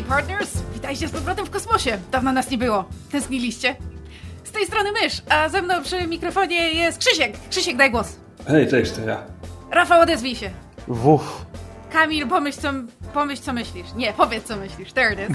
partners! Witajcie z powrotem w kosmosie! Dawno nas nie było. Tęskniliście? Z tej strony Mysz, a ze mną przy mikrofonie jest Krzysiek. Krzysiek, daj głos. Hej, cześć, to ja. Rafał, odezwij się. Wuf. Kamil, pomyśl co myślisz. Nie, powiedz co myślisz. There it is.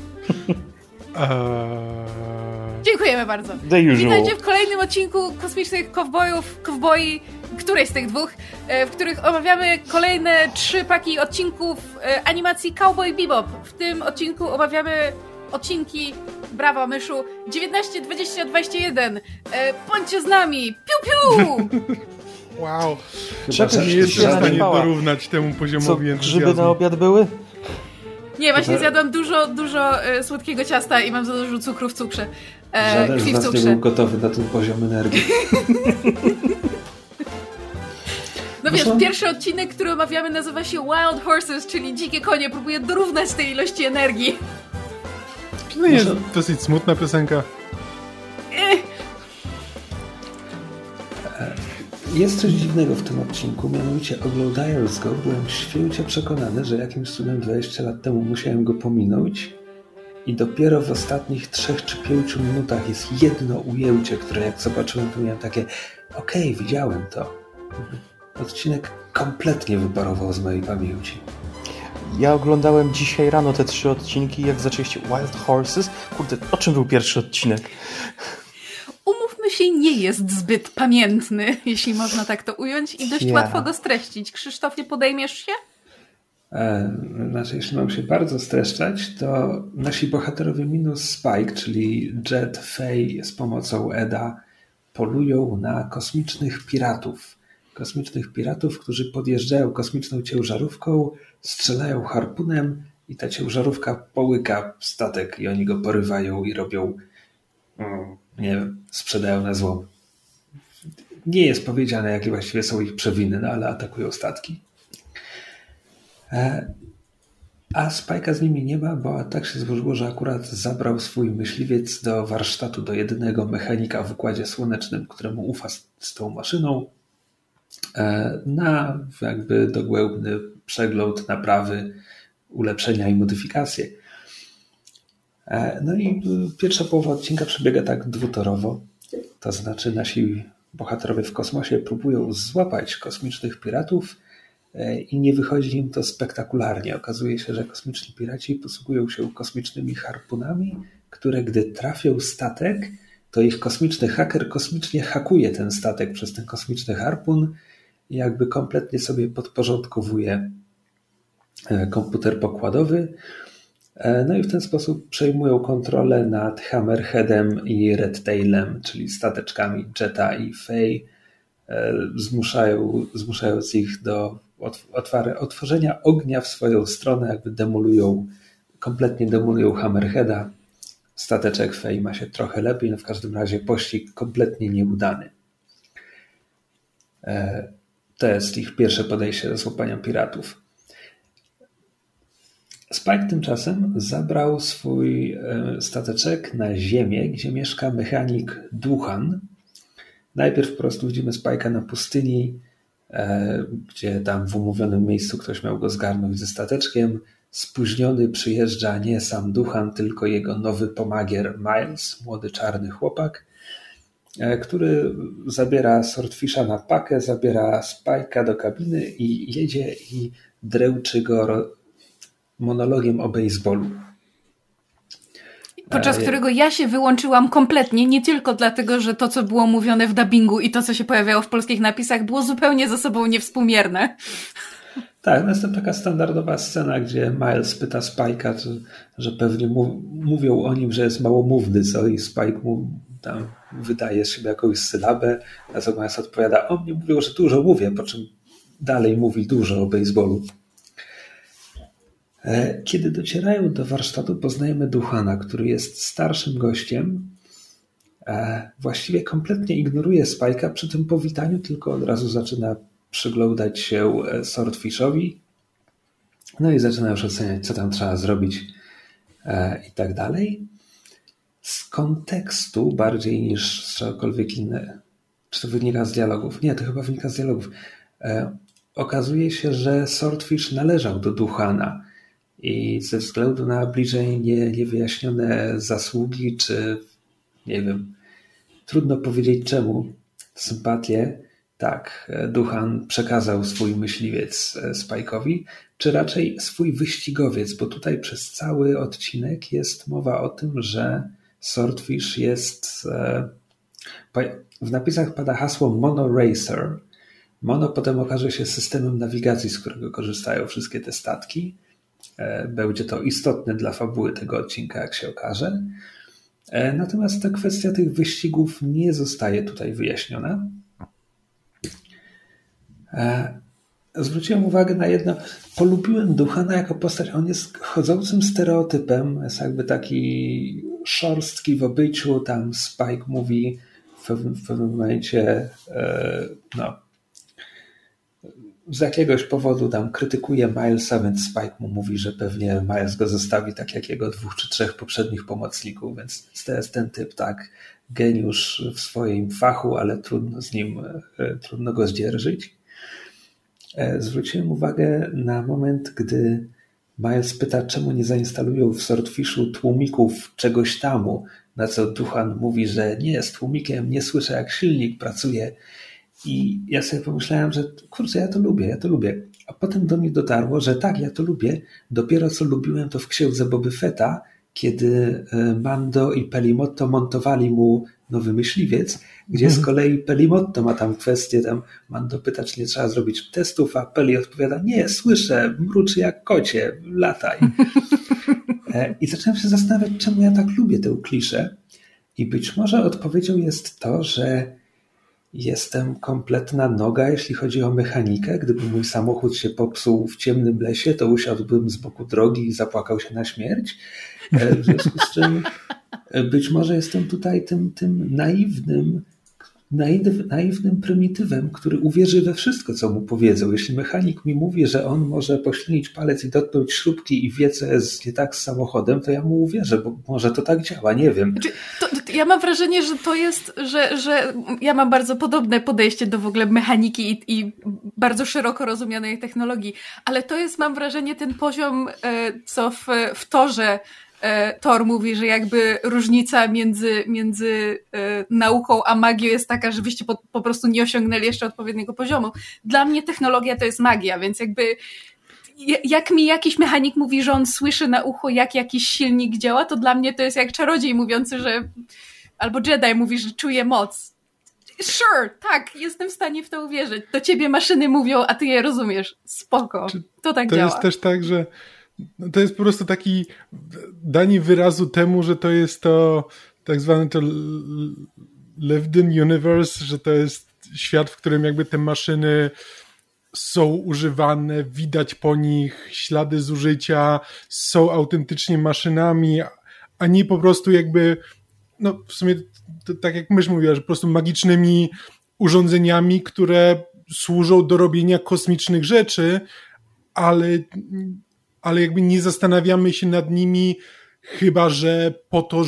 Dziękujemy bardzo. Witajcie w kolejnym odcinku Kosmicznych Kowboi, którejś z tych dwóch, w których omawiamy kolejne 3 paki odcinków animacji Cowboy Bebop. W tym odcinku omawiamy odcinki, brawo Myszu, 19, 20, 21. Bądźcie z nami. Piu, piu! Wow. Czego nie jestem w stanie dorównać temu poziomowi entuzjazmu. Grzyby na obiad były? Nie, właśnie zjadłam dużo słodkiego ciasta i mam za dużo cukru w cukrze. Żaden z nas nie był gotowy na ten poziom energii. No wiesz, pierwszy odcinek, który omawiamy, nazywa się Wild Horses, czyli dzikie konie. Próbuję dorównać tej ilości energii. To nie jest dosyć smutna piosenka. Jest coś dziwnego w tym odcinku, mianowicie oglądając go byłem święcie przekonany, że jakimś cudem 20 lat temu musiałem go pominąć i dopiero w ostatnich 3 czy 5 minutach jest jedno ujęcie, które jak zobaczyłem, to miałem takie okej, widziałem to. Odcinek kompletnie wyparował z mojej pamięci. Ja oglądałem dzisiaj rano te 3 odcinki, jak zaczęliście Wild Horses. Kurde, o czym był pierwszy odcinek? Umówmy się, nie jest zbyt pamiętny, jeśli można tak to ująć i dość łatwo go streścić. Krzysztofie, podejmiesz się? Znaczy, jeśli mam się bardzo streszczać, to nasi bohaterowie minus Spike, czyli Jet, Faye z pomocą Eda polują na kosmicznych piratów. Kosmicznych piratów, którzy podjeżdżają kosmiczną ciężarówką, strzelają harpunem i ta ciężarówka połyka statek i oni go porywają i robią, nie wiem, sprzedają na złom. Nie jest powiedziane, jakie właściwie są ich przewiny, no ale atakują statki. A Spike'a z nimi nie ma, bo tak się złożyło, że akurat zabrał swój myśliwiec do warsztatu, do jedynego mechanika w Układzie Słonecznym, któremu ufa z tą maszyną, na jakby dogłębny przegląd, naprawy, ulepszenia i modyfikacje. No i pierwsza połowa odcinka przebiega tak dwutorowo. To znaczy nasi bohaterowie w kosmosie próbują złapać kosmicznych piratów i nie wychodzi im to spektakularnie. Okazuje się, że kosmiczni piraci posługują się kosmicznymi harpunami, które gdy trafią statek, to ich kosmiczny haker kosmicznie hakuje ten statek przez ten kosmiczny harpun i jakby kompletnie sobie podporządkowuje komputer pokładowy. No i w ten sposób przejmują kontrolę nad Hammerheadem i Redtailem, czyli stateczkami Jetta i Faye, zmuszając ich do otworzenia ognia w swoją stronę, jakby kompletnie demolują Hammerheada. Stateczek Faye ma się trochę lepiej, no w każdym razie pościg kompletnie nieudany. To jest ich pierwsze podejście do złapania piratów. Spike tymczasem zabrał swój stateczek na ziemię, gdzie mieszka mechanik Duhan. Najpierw po prostu widzimy Spike'a na pustyni, gdzie tam w umówionym miejscu ktoś miał go zgarnąć ze stateczkiem. Spóźniony przyjeżdża nie sam Duhan, tylko jego nowy pomagier Miles, młody czarny chłopak, który zabiera Swordfisha na pakę, zabiera Spike'a do kabiny i jedzie i dręczy go monologiem o baseballu. Podczas którego ja się wyłączyłam kompletnie, nie tylko dlatego, że to, co było mówione w dubbingu i to, co się pojawiało w polskich napisach, było zupełnie ze sobą niewspółmierne. Tak, no jest to taka standardowa scena, gdzie Miles pyta Spike'a, że pewnie mówią o nim, że jest małomówny, co i Spike mu tam wydaje z siebie jakąś sylabę, a co Miles odpowiada, o mnie mówią, że dużo mówię, po czym dalej mówi dużo o baseballu. Kiedy docierają do warsztatu, poznajemy Duhana, który jest starszym gościem. Właściwie kompletnie ignoruje Spike'a przy tym powitaniu, tylko od razu zaczyna przyglądać się Swordfishowi. No i zaczyna już oceniać, co tam trzeba zrobić i tak dalej. Z kontekstu bardziej niż z czegokolwiek innego. Czy to wynika z dialogów? Nie, to chyba wynika z dialogów. Okazuje się, że Swordfish należał do Duhana i ze względu na bliżej niewyjaśnione zasługi, czy nie wiem, trudno powiedzieć czemu, sympatię, tak, Duhan przekazał swój myśliwiec Spike'owi, czy raczej swój wyścigowiec, bo tutaj przez cały odcinek jest mowa o tym, że Swordfish jest... W napisach pada hasło Mono Racer. Mono potem okaże się systemem nawigacji, z którego korzystają wszystkie te statki. Będzie to istotne dla fabuły tego odcinka, jak się okaże. Natomiast ta kwestia tych wyścigów nie zostaje tutaj wyjaśniona. Zwróciłem uwagę na jedno. Polubiłem Duhana jako postać. On jest chodzącym stereotypem. Jest jakby taki szorstki w obyciu. Tam Spike mówi w pewnym momencie z jakiegoś powodu tam krytykuje Milesa, więc Spike mu mówi, że pewnie Miles go zostawi tak jak jego 2 czy 3 poprzednich pomocników, więc to jest ten typ, tak, geniusz w swoim fachu, ale trudno go zdzierżyć. Zwróciłem uwagę na moment, gdy Miles pyta, czemu nie zainstalują w Swordfishu tłumików czegoś tamu, na co Duhan mówi, że nie, z tłumikiem nie słyszę, jak silnik pracuje. I ja sobie pomyślałem, że kurczę, ja to lubię. A potem do mnie dotarło, że tak, ja to lubię. Dopiero co lubiłem to w księdze Boby Fetta, kiedy Mando i Pelimotto montowali mu nowy myśliwiec, gdzie z kolei Pelimotto ma tam kwestię, tam Mando pyta, czy nie trzeba zrobić testów, a Peli odpowiada, nie, słyszę, mruczy jak kocie, lataj. I zacząłem się zastanawiać, czemu ja tak lubię tę kliszę. I być może odpowiedzią jest to, że jestem kompletna noga, jeśli chodzi o mechanikę. Gdyby mój samochód się popsuł w ciemnym lesie, to usiadłbym z boku drogi i zapłakał się na śmierć. W związku z czym być może jestem tutaj tym naiwnym prymitywem, który uwierzy we wszystko, co mu powiedzą. Jeśli mechanik mi mówi, że on może poślinić palec i dotknąć śrubki i wie, co jest nie tak z samochodem, to ja mu uwierzę, bo może to tak działa, nie wiem. Ja mam wrażenie, że to jest, że ja mam bardzo podobne podejście do w ogóle mechaniki i bardzo szeroko rozumianej technologii, ale to jest, mam wrażenie, ten poziom, co w Torze Thor mówi, że jakby różnica między nauką a magią jest taka, że wyście po prostu nie osiągnęli jeszcze odpowiedniego poziomu. Dla mnie technologia to jest magia, więc jakby jak mi jakiś mechanik mówi, że on słyszy na ucho, jak jakiś silnik działa, to dla mnie to jest jak czarodziej mówiący, że albo Jedi mówi, że czuje moc. Sure, tak, jestem w stanie w to uwierzyć. Do ciebie maszyny mówią, a ty je rozumiesz. Spoko, to tak działa. To jest też tak, że to jest po prostu taki danie wyrazu temu, że to jest to tak zwane to lived in universe, że to jest świat, w którym jakby te maszyny są używane, widać po nich ślady zużycia, są autentycznie maszynami, a nie po prostu jakby, no w sumie tak jak mysz mówiła, że po prostu magicznymi urządzeniami, które służą do robienia kosmicznych rzeczy, ale jakby nie zastanawiamy się nad nimi, chyba że po to,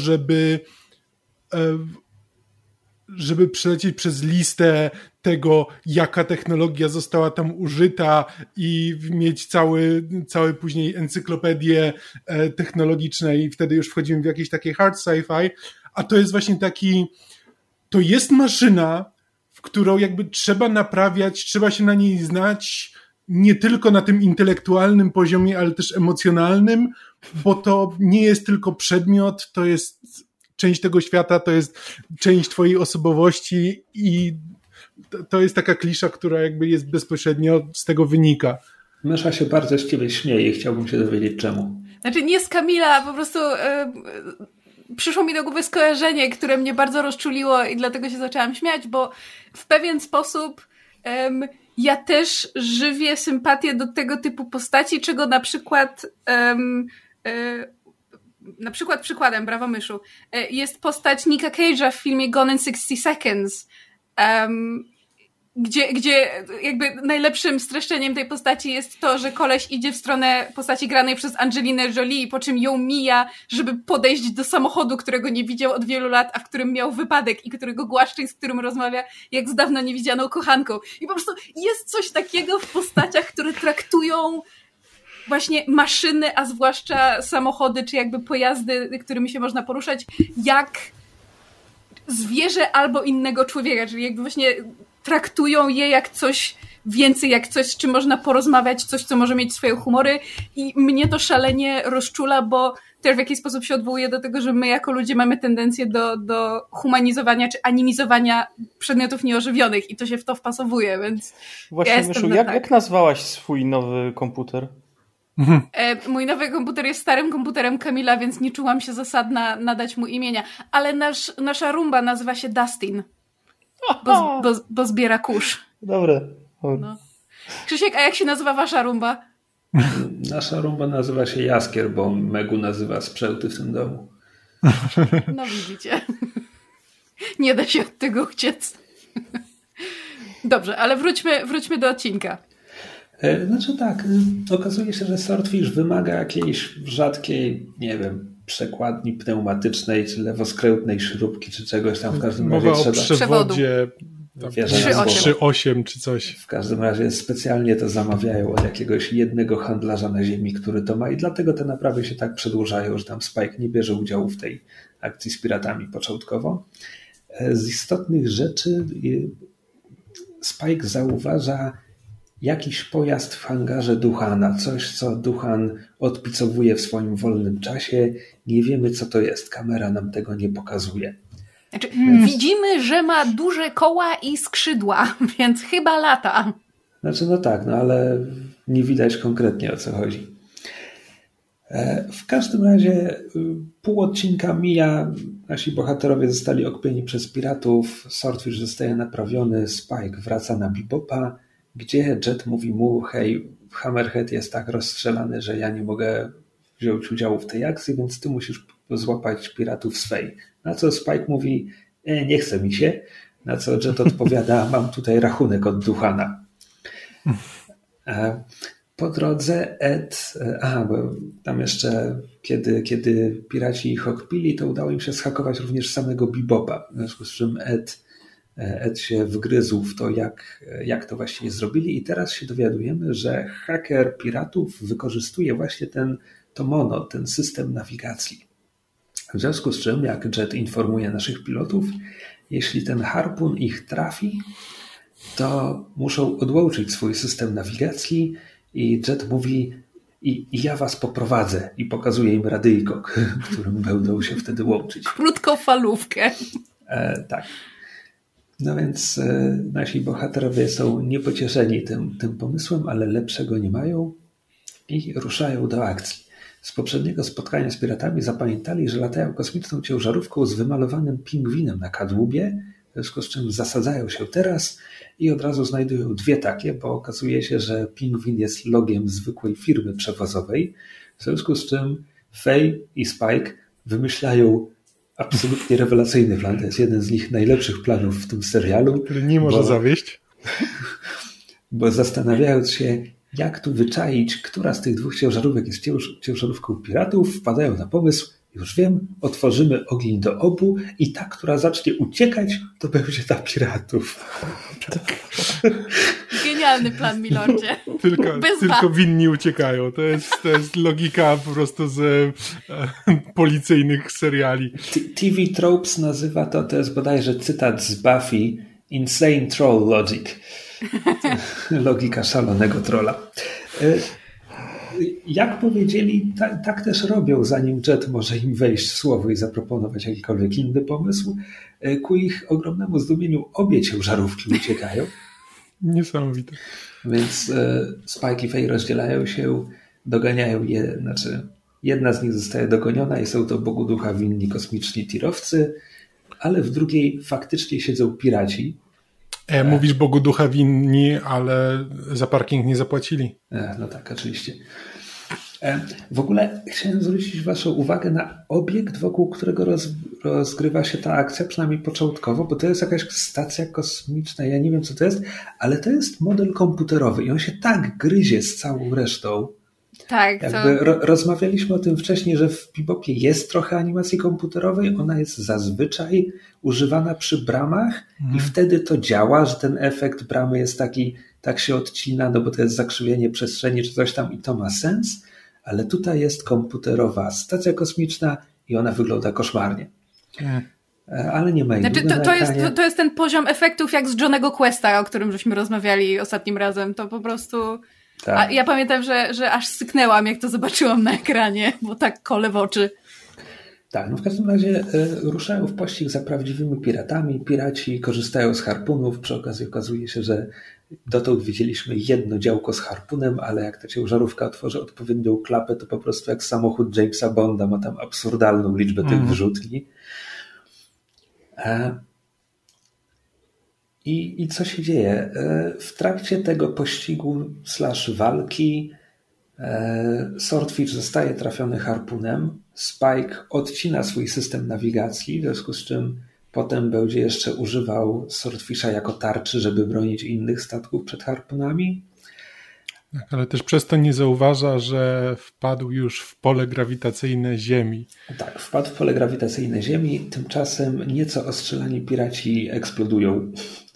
żeby przelecieć przez listę tego, jaka technologia została tam użyta i mieć całe później encyklopedię technologiczne i wtedy już wchodzimy w jakieś takie hard sci-fi, a to jest właśnie to jest maszyna, w którą jakby trzeba naprawiać, trzeba się na niej znać, nie tylko na tym intelektualnym poziomie, ale też emocjonalnym, bo to nie jest tylko przedmiot, to jest część tego świata, to jest część twojej osobowości i to jest taka klisza, która jakby jest bezpośrednio z tego wynika. Mysza się bardzo z ciebie śmieje i chciałbym się dowiedzieć czemu. Znaczy nie z Kamila, po prostu przyszło mi do głowy skojarzenie, które mnie bardzo rozczuliło i dlatego się zaczęłam śmiać, bo w pewien sposób ja też żywię sympatię do tego typu postaci, czego na przykład przykładem, brawo myszu, jest postać Nicka Cage'a w filmie Gone in 60 Seconds, gdzie jakby najlepszym streszczeniem tej postaci jest to, że koleś idzie w stronę postaci granej przez Angelinę Jolie, po czym ją mija, żeby podejść do samochodu, którego nie widział od wielu lat, a w którym miał wypadek i którego głaszczy i z którym rozmawia jak z dawno niewidzianą kochanką. I po prostu jest coś takiego w postaciach, które traktują właśnie maszyny, a zwłaszcza samochody, czy jakby pojazdy, którymi się można poruszać, jak zwierzę albo innego człowieka, czyli jakby właśnie traktują je jak coś więcej, jak coś, z czym można porozmawiać, coś, co może mieć swoje humory i mnie to szalenie rozczula, bo też w jakiś sposób się odwołuje do tego, że my jako ludzie mamy tendencję do humanizowania czy animizowania przedmiotów nieożywionych i to się w to wpasowuje, więc właśnie, ja Myszu, jak nazwałaś swój nowy komputer? Mój nowy komputer jest starym komputerem Kamila, więc nie czułam się zasadna nadać mu imienia, ale nasza rumba nazywa się Dustin, bo zbiera kurz. Dobre. No. Krzysiek, a jak się nazywa wasza rumba? Nasza rumba nazywa się Jaskier, bo Megu nazywa sprzęty w tym domu. No widzicie. Nie da się od tego uciec. Dobrze, ale wróćmy do odcinka. Znaczy tak, okazuje się, że Swordfish wymaga jakiejś rzadkiej, nie wiem, przekładni pneumatycznej, czy lewoskrętnej śrubki, czy czegoś tam. W każdym razie mowa o przewodzie 3.8 czy coś. W każdym razie specjalnie to zamawiają od jakiegoś jednego handlarza na ziemi, który to ma i dlatego te naprawy się tak przedłużają, że tam Spike nie bierze udziału w tej akcji z piratami początkowo. Z istotnych rzeczy Spike zauważa jakiś pojazd w hangarze Duhana, coś, co Duhan odpicowuje w swoim wolnym czasie. Nie wiemy, co to jest. Kamera nam tego nie pokazuje. Znaczy, widzimy, że ma duże koła i skrzydła, więc chyba lata. Znaczy, no tak, no ale nie widać konkretnie, o co chodzi. W każdym razie pół odcinka mija, nasi bohaterowie zostali okpieni przez piratów, Swordfish zostaje naprawiony, Spike wraca na Bebopa, gdzie Jet mówi mu, hej, Hammerhead jest tak rozstrzelany, że ja nie mogę wziąć udziału w tej akcji, więc ty musisz złapać piratów swej. Na co Spike mówi, nie chce mi się, na co Jet odpowiada, mam tutaj rachunek od Duhana. Po drodze Ed, bo tam jeszcze kiedy piraci ich okpili, to udało im się zhakować również samego Bebopa, w związku z czym Ed się wgryzł w to, jak to właściwie zrobili i teraz się dowiadujemy, że haker piratów wykorzystuje właśnie ten system nawigacji. W związku z czym, jak Jet informuje naszych pilotów, jeśli ten harpun ich trafi, to muszą odłączyć swój system nawigacji i Jet mówi i ja was poprowadzę i pokazuje im radyjko, którym będą się wtedy łączyć. Krótkofalówkę. Tak. No więc nasi bohaterowie są niepocieszeni tym pomysłem, ale lepszego nie mają i ruszają do akcji. Z poprzedniego spotkania z piratami zapamiętali, że latają kosmiczną ciężarówką z wymalowanym pingwinem na kadłubie, w związku z czym zasadzają się teraz i od razu znajdują dwie takie, bo okazuje się, że pingwin jest logiem zwykłej firmy przewozowej, w związku z czym Faye i Spike wymyślają absolutnie rewelacyjny plan. To jest jeden z nich najlepszych planów w tym serialu. Który nie może zawieść. Bo zastanawiając się, jak tu wyczaić, która z tych dwóch ciężarówek jest ciężarówką piratów, wpadają na pomysł, już wiem, otworzymy ogień do obu i ta, która zacznie uciekać, to będzie ta piratów. Genialny plan, milordzie. Tylko winni uciekają. To jest logika po prostu z policyjnych seriali. TV Tropes nazywa to jest bodajże cytat z Buffy, Insane Troll Logic. Logika szalonego trolla. Jak powiedzieli, tak też robią, zanim Jet może im wejść w słowo i zaproponować jakikolwiek inny pomysł. Ku ich ogromnemu zdumieniu obie ciężarówki uciekają. Niesamowite. Więc Spike i Faye rozdzielają się, doganiają je, znaczy jedna z nich zostaje dogoniona i są to Bogu Ducha winni kosmiczni tirowcy, ale w drugiej faktycznie siedzą piraci. Mówisz Bogu Ducha winni, ale za parking nie zapłacili. No tak, oczywiście. W ogóle chciałem zwrócić waszą uwagę na obiekt, wokół którego rozgrywa się ta akcja, przynajmniej początkowo, bo to jest jakaś stacja kosmiczna, ja nie wiem co to jest, ale to jest model komputerowy i on się tak gryzie z całą resztą. Tak. Rozmawialiśmy o tym wcześniej, że w Bebopie jest trochę animacji komputerowej, ona jest zazwyczaj używana przy bramach i wtedy to działa, że ten efekt bramy jest taki tak się odcina, no bo to jest zakrzywienie przestrzeni czy coś tam i to ma sens, ale tutaj jest komputerowa stacja kosmiczna i ona wygląda koszmarnie. Ale nie ma jej to jest ten poziom efektów jak z Johnnego Questa, o którym żeśmy rozmawiali ostatnim razem. To po prostu... Tak. A ja pamiętam, że aż syknęłam, jak to zobaczyłam na ekranie, bo tak kole w oczy. Tak, no w każdym razie ruszają w pościg za prawdziwymi piratami. Piraci korzystają z harpunów. Przy okazji okazuje się, że dotąd widzieliśmy jedno działko z harpunem, ale jak ta ciężarówka otworzy odpowiednią klapę, to po prostu jak samochód Jamesa Bonda ma tam absurdalną liczbę tych wyrzutni. I co się dzieje? W trakcie tego pościgu / walki Swordfish zostaje trafiony harpunem. Spike odcina swój system nawigacji, w związku z czym potem będzie jeszcze używał Swordfisha jako tarczy, żeby bronić innych statków przed harpunami. Tak, ale też przez to nie zauważa, że wpadł już w pole grawitacyjne Ziemi. Tak, wpadł w pole grawitacyjne Ziemi, tymczasem nieco ostrzelani piraci eksplodują.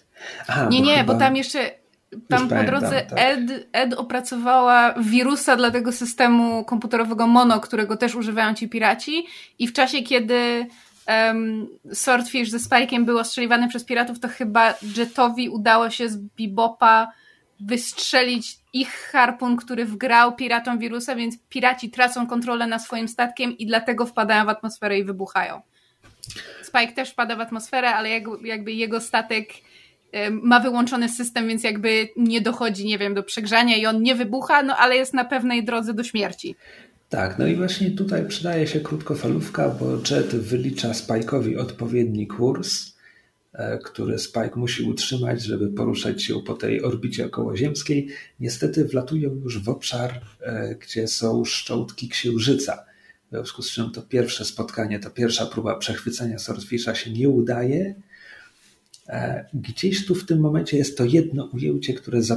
Bo tam jeszcze... Tam po drodze tak. Ed opracowała wirusa dla tego systemu komputerowego Mono, którego też używają ci piraci i w czasie, kiedy Swordfish ze Spike'iem był ostrzeliwany przez piratów, to chyba Jetowi udało się z Bebopa wystrzelić ich harpun, który wgrał piratom wirusa, więc piraci tracą kontrolę nad swoim statkiem i dlatego wpadają w atmosferę i wybuchają. Spike też wpada w atmosferę, ale jakby jego statek ma wyłączony system, więc jakby nie dochodzi, nie wiem, do przegrzania i on nie wybucha, no ale jest na pewnej drodze do śmierci. Tak, no i właśnie tutaj przydaje się krótkofalówka, bo Jet wylicza Spike'owi odpowiedni kurs, który Spike musi utrzymać, żeby poruszać się po tej orbicie okołoziemskiej. Niestety wlatują już w obszar, gdzie są szczątki Księżyca. W związku z czym to pierwsze spotkanie, ta pierwsza próba przechwycenia Swordfisha się nie udaje. Gdzieś tu w tym momencie jest to jedno ujęcie,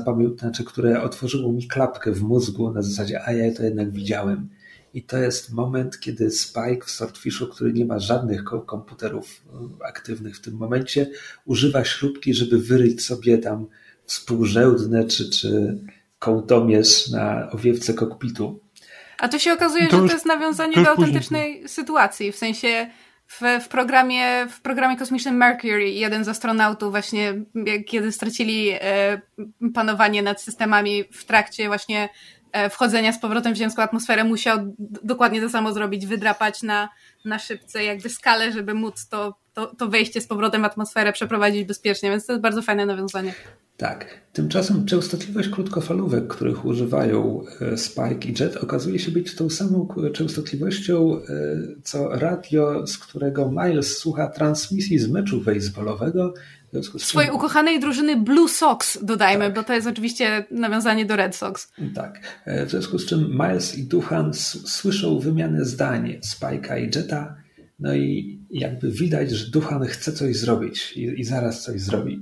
które otworzyło mi klapkę w mózgu na zasadzie, a ja to jednak widziałem. I to jest moment, kiedy Spike w Swordfishu, który nie ma żadnych komputerów aktywnych w tym momencie, używa śrubki, żeby wyryć sobie tam współrzędne czy kołtomierz na owiewce kokpitu. A to się okazuje, że to jest nawiązanie do autentycznej sytuacji, w sensie w programie kosmicznym Mercury jeden z astronautów właśnie, kiedy stracili panowanie nad systemami w trakcie właśnie wchodzenia z powrotem w ziemską atmosferę, musiał dokładnie to samo zrobić, wydrapać na szybce jakby skalę, żeby móc to wejście z powrotem w atmosferę przeprowadzić bezpiecznie, więc to jest bardzo fajne nawiązanie. Tak. Tymczasem częstotliwość krótkofalówek, których używają Spike i Jet, okazuje się być tą samą częstotliwością, co radio, z którego Miles słucha transmisji z meczu baseballowego. Swojej ukochanej drużyny Blue Sox, dodajmy, tak. Bo to jest oczywiście nawiązanie do Red Sox. Tak. W związku z czym Miles i Duhan słyszą wymianę zdań Spike'a i Jeta, no i jakby widać, że Duhan chce coś zrobić i zaraz coś zrobi.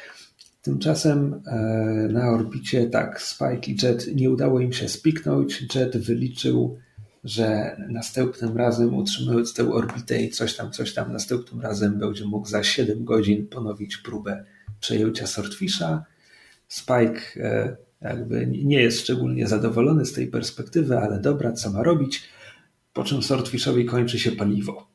Tymczasem na orbicie tak, Spike i Jet nie udało im się spiknąć. Jet wyliczył, że następnym razem, utrzymując tę orbitę i coś tam, następnym razem będzie mógł za 7 godzin ponowić próbę przejęcia Swordfisha. Spike jakby nie jest szczególnie zadowolony z tej perspektywy, ale dobra, co ma robić? Po czym Swordfishowi kończy się paliwo.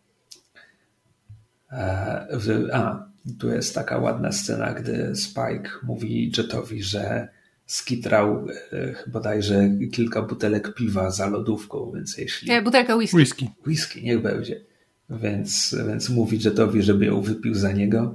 Tu jest taka ładna scena, gdy Spike mówi Jetowi, że skitrał bodajże kilka butelek piwa za lodówką, więc jeśli... Butelka whisky. Whisky, niech będzie. Więc mówi Jetowi, żeby ją wypił za niego.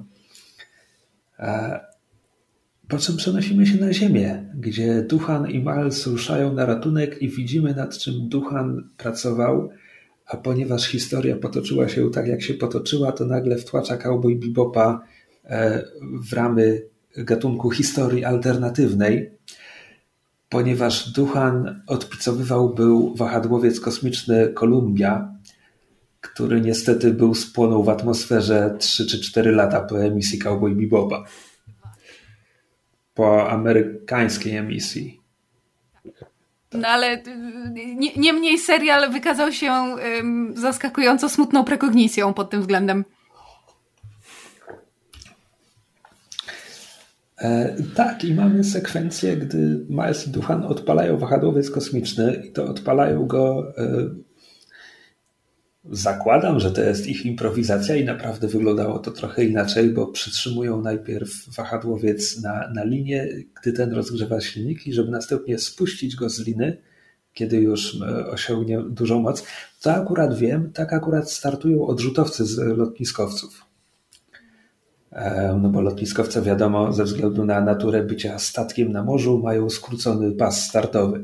Po czym przenosimy się na Ziemię, gdzie Duhan i Miles ruszają na ratunek i widzimy, nad czym Duhan pracował, a ponieważ historia potoczyła się tak, jak się potoczyła, to nagle wtłacza Cowboy Bebopa w ramy gatunku historii alternatywnej, ponieważ Duhan odpicowywał był wahadłowiec kosmiczny Columbia, który niestety spłonął w atmosferze 3 czy 4 lata po emisji Cowboy Bebopa. Po amerykańskiej emisji. No ale niemniej serial wykazał się zaskakująco smutną prekognicją pod tym względem. Tak, i mamy sekwencję, gdy Miles i Duhan odpalają wahadłowiec kosmiczny i to odpalają go... Zakładam, że to jest ich improwizacja i naprawdę wyglądało to trochę inaczej, bo przytrzymują najpierw wahadłowiec na linię, gdy ten rozgrzewa silniki, żeby następnie spuścić go z liny, kiedy już osiągnie dużą moc. To akurat wiem, tak akurat startują odrzutowcy z lotniskowców. No bo lotniskowce, wiadomo, ze względu na naturę bycia statkiem na morzu, mają skrócony pas startowy.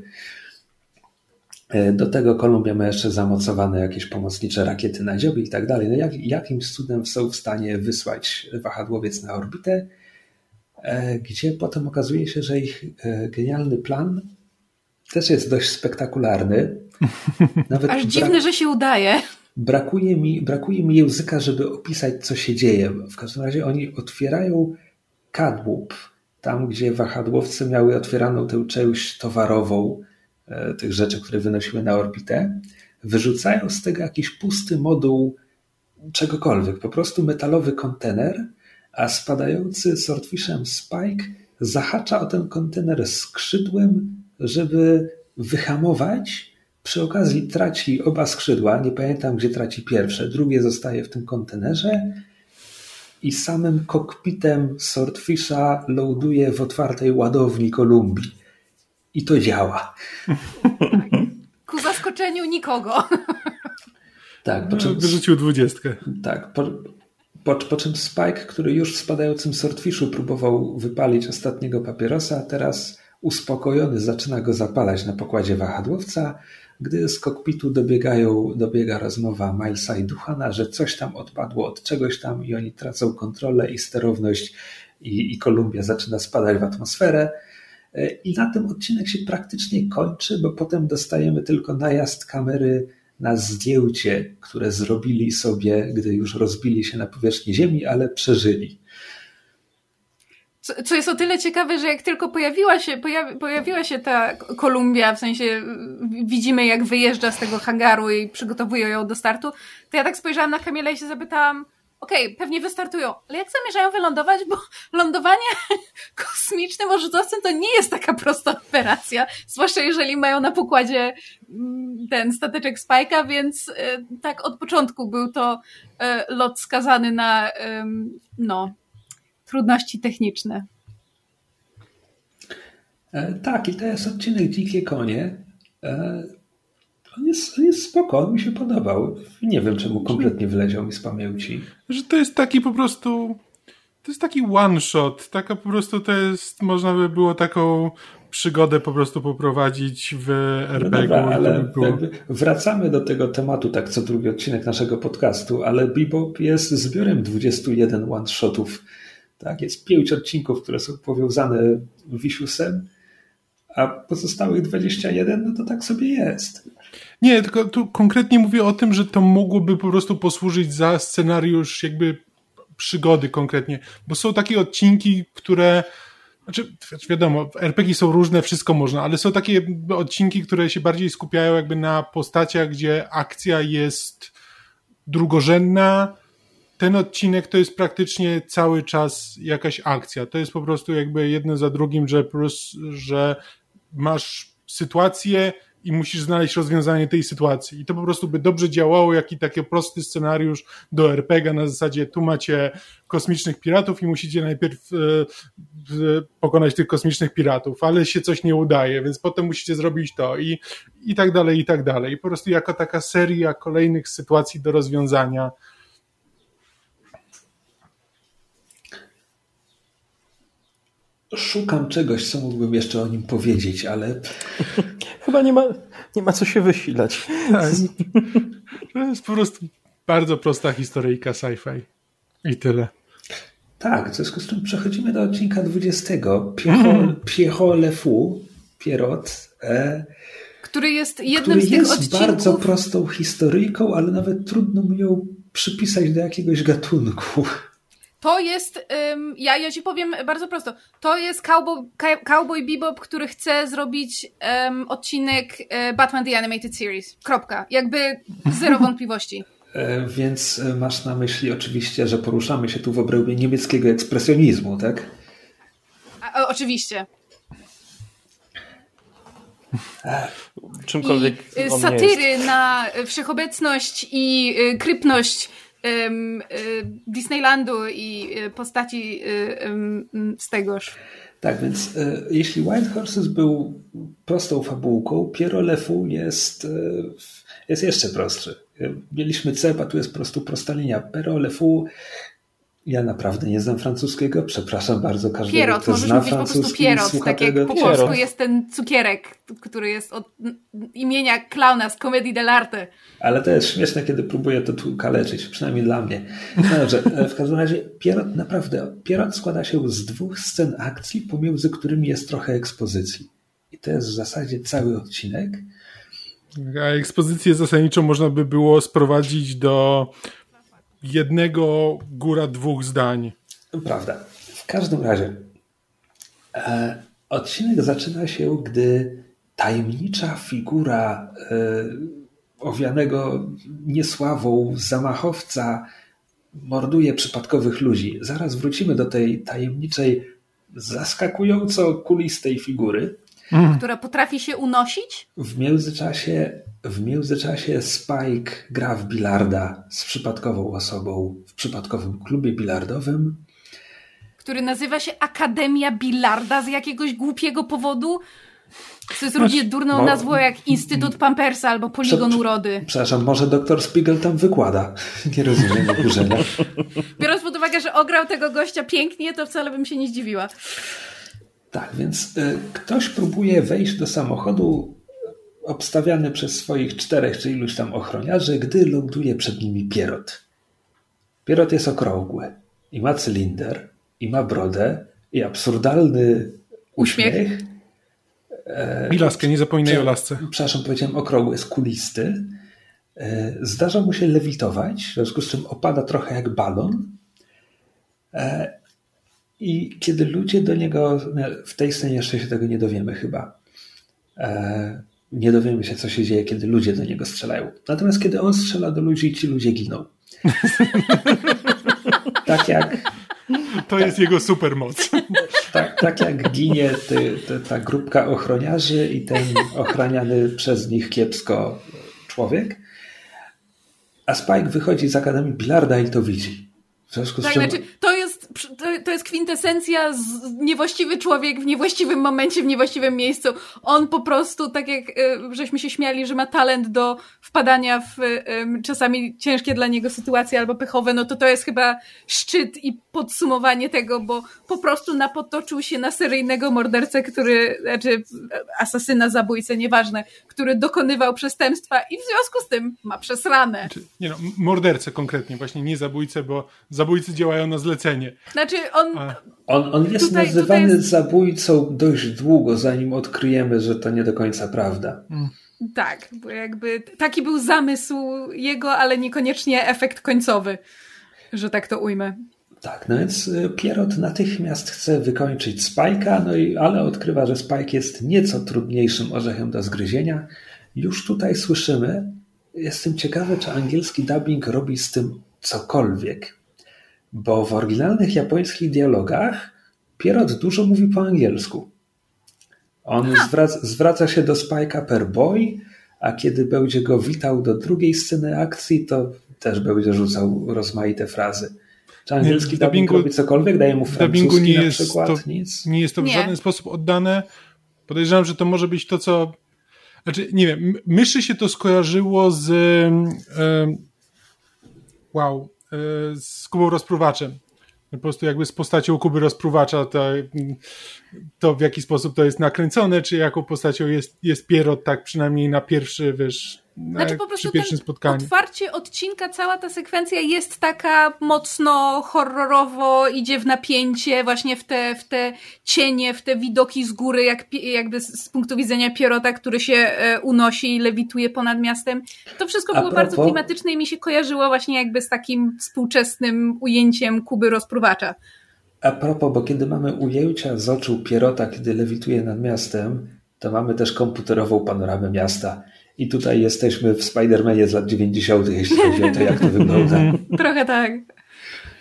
Do tego Columbia ma jeszcze zamocowane jakieś pomocnicze rakiety na dziobie i tak dalej. No jakimś cudem są w stanie wysłać wahadłowiec na orbitę, gdzie potem okazuje się, że ich genialny plan też jest dość spektakularny. Nawet aż dziwne, że się udaje. Brakuje mi języka, żeby opisać, co się dzieje. W każdym razie oni otwierają kadłub, tam gdzie wahadłowcy miały otwieraną tę część towarową tych rzeczy, które wynosiły na orbitę, wyrzucają z tego jakiś pusty moduł czegokolwiek, po prostu metalowy kontener, a spadający Swordfishem Spike zahacza o ten kontener skrzydłem, żeby wyhamować. Przy okazji traci oba skrzydła, nie pamiętam, gdzie traci pierwsze, drugie zostaje w tym kontenerze i samym kokpitem Swordfisha loaduje w otwartej ładowni Kolumbii. I to działa. Ku zaskoczeniu nikogo. Tak, po czym wyrzucił 20. Tak, po czym Spike, który już w spadającym Swordfishu próbował wypalić ostatniego papierosa, teraz uspokojony zaczyna go zapalać na pokładzie wahadłowca, gdy z kokpitu dobiega rozmowa Milesa i Duhana, że coś tam odpadło od czegoś tam i oni tracą kontrolę i sterowność i Columbia zaczyna spadać w atmosferę. I na tym odcinek się praktycznie kończy, bo potem dostajemy tylko najazd kamery na zdjęcie, które zrobili sobie, gdy już rozbili się na powierzchni Ziemi, ale przeżyli. Co jest o tyle ciekawe, że jak tylko pojawiła się ta Columbia, w sensie widzimy, jak wyjeżdża z tego hangaru i przygotowują ją do startu, to ja tak spojrzałam na Kamila i się zapytałam, okej, pewnie wystartują, ale jak zamierzają wylądować, bo lądowanie kosmicznym odrzutowcem to nie jest taka prosta operacja, zwłaszcza jeżeli mają na pokładzie ten stateczek Spike'a, więc tak od początku był to lot skazany na trudności techniczne. Tak, i to jest odcinek Dzikie Konie. On jest spoko, on mi się podobał. Nie wiem, czemu kompletnie wyleciał mi z pamięci. Że to jest taki po prostu... To jest taki one shot. Taka po prostu to jest... Można by było taką przygodę po prostu poprowadzić w RPG-u. No dobra, ale wracamy do tego tematu tak co drugi odcinek naszego podcastu, ale Bebop jest zbiorem 21 one shotów. Tak, jest 5 odcinków, które są powiązane Wisiusem, a pozostałych 21, no to tak sobie jest. Nie, tylko tu konkretnie mówię o tym, że to mogłoby po prostu posłużyć za scenariusz jakby przygody konkretnie, bo są takie odcinki, które, znaczy wiadomo, RPG są różne, wszystko można, ale są takie odcinki, które się bardziej skupiają jakby na postaciach, gdzie akcja jest drugorzędna. Ten odcinek to jest praktycznie cały czas jakaś akcja. To jest po prostu jakby jedno za drugim, że masz sytuację i musisz znaleźć rozwiązanie tej sytuacji. I to po prostu by dobrze działało, jak i taki prosty scenariusz do RPG na zasadzie tu macie kosmicznych piratów i musicie najpierw pokonać tych kosmicznych piratów, ale się coś nie udaje, więc potem musicie zrobić to i tak dalej, i tak dalej. I po prostu jako taka seria kolejnych sytuacji do rozwiązania. Szukam czegoś, co mógłbym jeszcze o nim powiedzieć, ale... Chyba nie ma co się wysilać. Tak. To jest po prostu bardzo prosta historyjka sci-fi. I tyle. Tak, w związku z tym przechodzimy do odcinka 20. Pierrot Le Fou, Pierrot, który jest jednym z tych odcinków... Który jest bardzo prostą historyjką, ale nawet trudno mi ją przypisać do jakiegoś gatunku. To jest, ja ci powiem bardzo prosto, to jest Cowboy Bebop, który chce zrobić odcinek Batman The Animated Series. Kropka. Jakby zero wątpliwości. Więc masz na myśli oczywiście, że poruszamy się tu w obrębie niemieckiego ekspresjonizmu, tak? Oczywiście. Czymkolwiek I satyry na wszechobecność i krypność Disneylandu i postaci z tegoż. Tak, więc jeśli Wild Horses był prostą fabułką, Pierrot Le Fou jest jeszcze prostszy. Mieliśmy cep, a tu jest po prostu prosta linia. Pierrot Le Fou, ja naprawdę nie znam francuskiego, przepraszam bardzo każdego, Pierrot, kto zna francuski. Możesz mówić po prostu Pierrot, tak jak po polsku jest ten cukierek, który jest od imienia klauna z Comedii dell'arte. Ale to jest śmieszne, kiedy próbuję to tu kaleczyć, przynajmniej dla mnie. No dobrze, w każdym razie Pierrot składa się z 2 scen akcji, pomiędzy którymi jest trochę ekspozycji. I to jest w zasadzie cały odcinek. A ekspozycję zasadniczo można by było sprowadzić do 1, góra 2 zdań. Prawda. W każdym razie odcinek zaczyna się, gdy tajemnicza figura owianego niesławą zamachowca morduje przypadkowych ludzi. Zaraz wrócimy do tej tajemniczej, zaskakująco kulistej figury. Która potrafi się unosić? W międzyczasie Spike gra w bilarda z przypadkową osobą w przypadkowym klubie bilardowym. Który nazywa się Akademia Bilarda z jakiegoś głupiego powodu. To jest równie durną nazwą jak Instytut Pampersa albo Poligon Urody. Przepraszam, może doktor Spiegel tam wykłada. Nie rozumiem oburzenia. Biorąc pod uwagę, że ograł tego gościa pięknie, to wcale bym się nie zdziwiła. Tak, więc ktoś próbuje wejść do samochodu obstawiany przez swoich 4 czy iluś tam ochroniarzy, gdy ląduje przed nimi Pierrot. Pierrot jest okrągły i ma cylinder, i ma brodę, i absurdalny uśmiech. I laskę, nie zapominaj o lasce. Przepraszam, powiedziałem okrągły, jest kulisty. Zdarza mu się lewitować, w związku z czym opada trochę jak balon. I kiedy ludzie do niego, w tej scenie jeszcze się tego nie dowiemy chyba, nie dowiemy się, co się dzieje, kiedy ludzie do niego strzelają. Natomiast kiedy on strzela do ludzi, ci ludzie giną. Tak jak... To jest jego supermoc. Tak jak ginie ta grupka ochroniarzy i ten ochraniany przez nich kiepsko człowiek. A Spike wychodzi z Akademii Bilarda i to widzi. W związku z czym... Znaczy, to jest kwintesencja niewłaściwy człowiek w niewłaściwym momencie, w niewłaściwym miejscu. On po prostu, tak jak żeśmy się śmiali, że ma talent do wpadania w czasami ciężkie dla niego sytuacje albo pechowe, no to jest chyba szczyt i podsumowanie tego, bo po prostu napotoczył się na seryjnego mordercę, asasyna, zabójcę, nieważne, który dokonywał przestępstwa i w związku z tym ma przesrane. Mordercę konkretnie, właśnie nie zabójcę, bo zabójcy działają na zlecenie. Znaczy on jest nazywany zabójcą dość długo, zanim odkryjemy, że to nie do końca prawda. Tak, bo jakby taki był zamysł jego, ale niekoniecznie efekt końcowy, że tak to ujmę. Tak, no więc Pierrot natychmiast chce wykończyć Spike'a, ale odkrywa, że Spike jest nieco trudniejszym orzechem do zgryzienia. Już tutaj słyszymy, jestem ciekawy, czy angielski dubbing robi z tym cokolwiek. Bo w oryginalnych japońskich dialogach Pierrot dużo mówi po angielsku. On zwraca się do Spike'a per boy, a kiedy będzie go witał do drugiej sceny akcji, to też będzie rzucał rozmaite frazy. Czy angielski dubbing robi cokolwiek? Daje mu francuski na przykład? Nic? Nie jest to w żaden sposób oddane. Podejrzewam, że to może być to, co... Znaczy, nie wiem, myszy się to skojarzyło z... z Kubą Rozpruwaczem. Po prostu jakby z postacią Kuby Rozpruwacza to w jaki sposób to jest nakręcone, czy jaką postacią jest Pierrot, tak przynajmniej na pierwszy, przy pierwszym spotkaniu. Otwarcie odcinka, cała ta sekwencja jest taka mocno horrorowo, idzie w napięcie, właśnie w te cienie, w te widoki z góry, jakby z punktu widzenia Pierrota, który się unosi i lewituje ponad miastem. To wszystko było bardzo klimatyczne i mi się kojarzyło właśnie jakby z takim współczesnym ujęciem Kuby Rozpruwacza. A propos, bo kiedy mamy ujęcia z oczu Pierrota, kiedy lewituje nad miastem, to mamy też komputerową panoramę miasta. I tutaj jesteśmy w Spider-Manie z lat 90., jeśli chodzi o to, jak to wygląda. Trochę tak.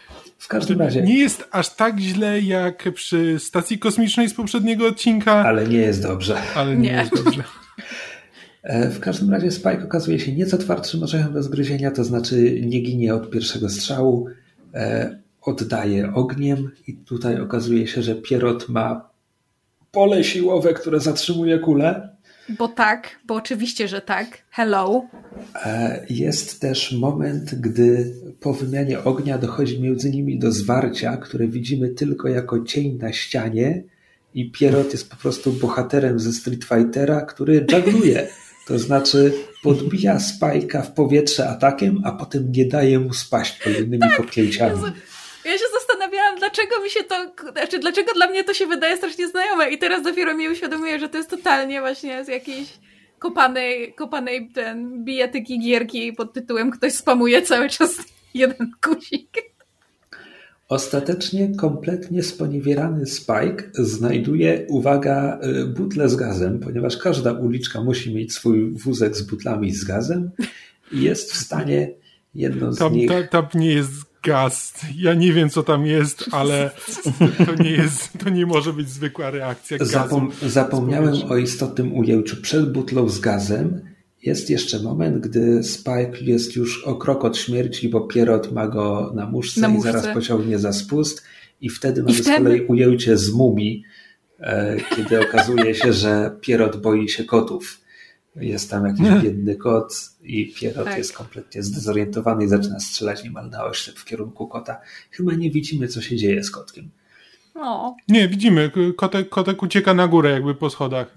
W każdym razie... Nie jest aż tak źle jak przy stacji kosmicznej z poprzedniego odcinka. Ale nie jest dobrze. Ale nie jest dobrze. W każdym razie Spike okazuje się nieco twardszym orzechem do zgryzienia, to znaczy nie ginie od pierwszego strzału, oddaje ogniem i tutaj okazuje się, że Pierrot ma pole siłowe, które zatrzymuje kulę. Bo oczywiście, że tak. Hello. Jest też moment, gdy po wymianie ognia dochodzi między nimi do zwarcia, które widzimy tylko jako cień na ścianie i Pierrot jest po prostu bohaterem ze Street Fightera, który juggluje. To znaczy podbija Spike'a w powietrze atakiem, a potem nie daje mu spaść kolejnymi kopnięciami. Ja się zastanawiałam, dlaczego dla mnie to się wydaje strasznie znajome i teraz dopiero mi uświadomuję, że to jest totalnie właśnie z jakiejś kopanej bijatyki gierki pod tytułem ktoś spamuje cały czas jeden guzik. Ostatecznie kompletnie sponiewierany Spike znajduje, uwaga, butlę z gazem, ponieważ każda uliczka musi mieć swój wózek z butlami z gazem i jest w stanie jedną z nich... Tam nie jest gaz. Ja nie wiem, co tam jest, ale to nie może być zwykła reakcja gazu. Zapomniałem o istotnym ujęciu. Przed butlą z gazem jest jeszcze moment, gdy Spike jest już o krok od śmierci, bo Pierrot ma go na muszce i zaraz pociągnie za spust i wtedy mamy z kolei ujęcie z mumii, kiedy okazuje się, że Pierrot boi się kotów. Jest tam jakiś biedny kot i Pierrot jest kompletnie zdezorientowany i zaczyna strzelać niemal na oślep w kierunku kota. Chyba nie widzimy, co się dzieje z kotkiem. O. Nie, widzimy. Kotek ucieka na górę jakby po schodach.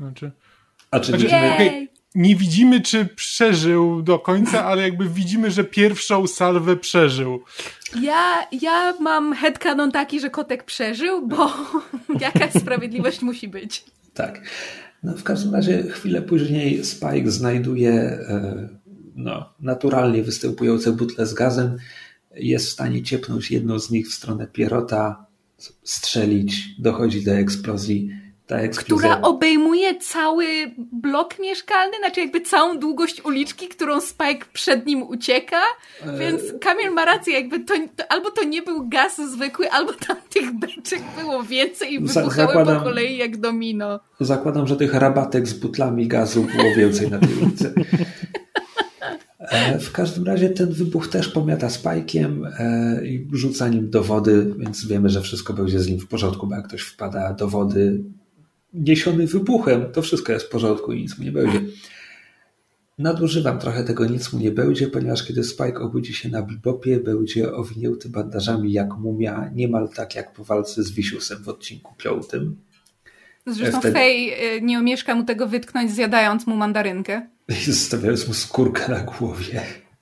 Nie widzimy, czy przeżył do końca, ale jakby widzimy, że pierwszą salwę przeżył. Ja mam headcanon taki, że kotek przeżył, bo jakaś sprawiedliwość musi być. Tak. No, w każdym razie chwilę później Spike znajduje naturalnie występujące butle z gazem. Jest w stanie ciepnąć jedną z nich w stronę Pierrota, strzelić, dochodzi do eksplozji. Która obejmuje cały blok mieszkalny, znaczy jakby całą długość uliczki, którą Spike przed nim ucieka, więc Kamil ma rację, jakby albo to nie był gaz zwykły, albo tam tych beczek było więcej i wybuchały po kolei jak domino. Zakładam, że tych rabatek z butlami gazu było więcej na tej ulicy. W każdym razie ten wybuch też pomiata Spike'iem i rzuca nim do wody, więc wiemy, że wszystko będzie z nim w porządku, bo jak ktoś wpada do wody niesiony wybuchem, to wszystko jest w porządku i nic mu nie będzie. Nadużywam trochę tego nic mu nie będzie, ponieważ kiedy Spike obudzi się na Bebopie, będzie owinięty bandażami jak mumia, niemal tak jak po walce z Wisiusem w odcinku 5. Zresztą Faye nie omieszka mu tego wytknąć, zjadając mu mandarynkę. I zostawiając mu skórkę na głowie.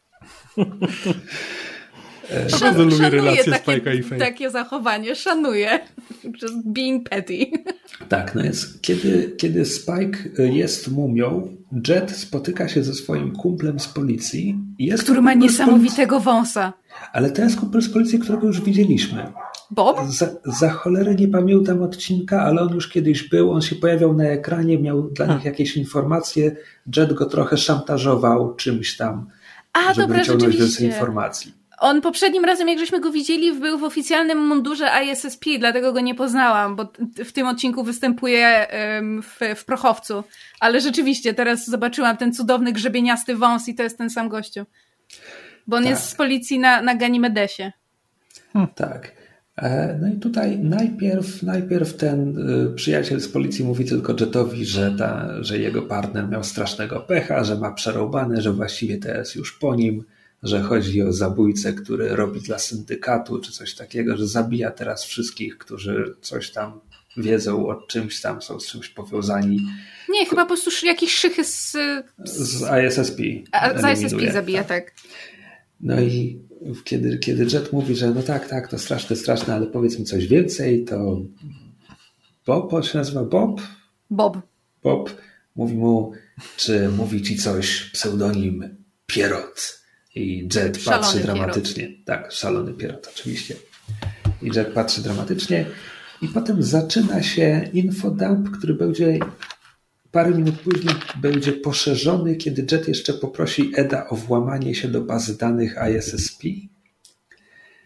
Bardzo lubię relacje Spike'a i Faye. Takie zachowanie, szanuję. Just being petty. Tak, no jest, kiedy Spike jest mumią, Jet spotyka się ze swoim kumplem z policji. Który ma niesamowitego wąsa. Ale to jest kumpel z policji, którego już widzieliśmy. Bob? Za cholerę nie pamiętam odcinka, ale on już kiedyś był, on się pojawiał na ekranie, miał dla nich jakieś informacje, Jet go trochę szantażował czymś tam, żeby wyciągnąć więcej informacji. On poprzednim razem, jak żeśmy go widzieli, był w oficjalnym mundurze ISSP, dlatego go nie poznałam, bo w tym odcinku występuje w prochowcu. Ale rzeczywiście, teraz zobaczyłam ten cudowny grzebieniasty wąs i to jest ten sam gościu. Bo on jest z policji na Ganimedesie. Tak. No i tutaj najpierw ten przyjaciel z policji mówi tylko Jetowi, że jego partner miał strasznego pecha, że ma przerąbane, że właściwie to jest już po nim, że chodzi o zabójcę, który robi dla syndykatu, czy coś takiego, że zabija teraz wszystkich, którzy coś tam wiedzą o czymś tam, są z czymś powiązani. Nie, chyba po prostu jakiś szychy z ISSP. Z ISSP zabija, tak. No i kiedy Jet mówi, że no tak, to straszne, ale powiedz mi coś więcej, to Bob, on się nazywa Bob? Bob mówi mu, czy mówi ci coś pseudonim Pierrot? I Jet patrzy dramatycznie. Pierrot. Tak, szalony Pierrot, oczywiście. I Jet patrzy dramatycznie i potem zaczyna się infodump, który będzie parę minut później będzie poszerzony, kiedy Jet jeszcze poprosi Eda o włamanie się do bazy danych ISSP.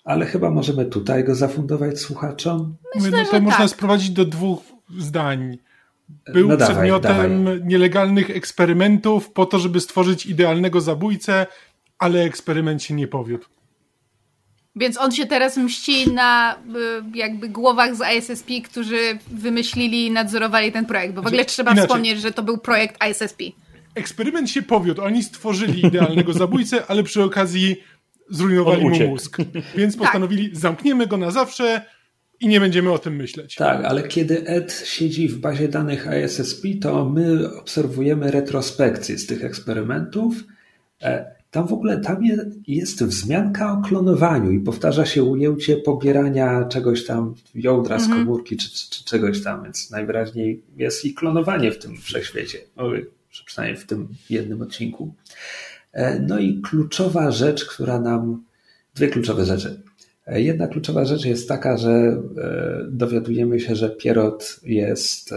Ale chyba możemy tutaj go zafundować słuchaczom. Myślę, że to można tak. sprowadzić do 2 zdań. Był przedmiotem nielegalnych eksperymentów po to, żeby stworzyć idealnego zabójcę, ale eksperyment się nie powiódł. Więc on się teraz mści na jakby głowach z ISSP, którzy wymyślili i nadzorowali ten projekt. Bo w ogóle trzeba wspomnieć, że to był projekt ISSP. Eksperyment się powiódł. Oni stworzyli idealnego zabójcę, ale przy okazji zrujnowali mu mózg. Więc postanowili, zamkniemy go na zawsze i nie będziemy o tym myśleć. Tak, ale kiedy Ed siedzi w bazie danych ISSP, to my obserwujemy retrospekcje z tych eksperymentów. Tam w ogóle jest wzmianka o klonowaniu i powtarza się ujęcie pobierania czegoś tam, jądra z komórki czy czegoś tam, więc najwyraźniej jest i klonowanie w tym wszechświecie, przynajmniej w tym jednym odcinku. No i kluczowa rzecz, dwie kluczowe rzeczy. Jedna kluczowa rzecz jest taka, że dowiadujemy się, że Pierrot jest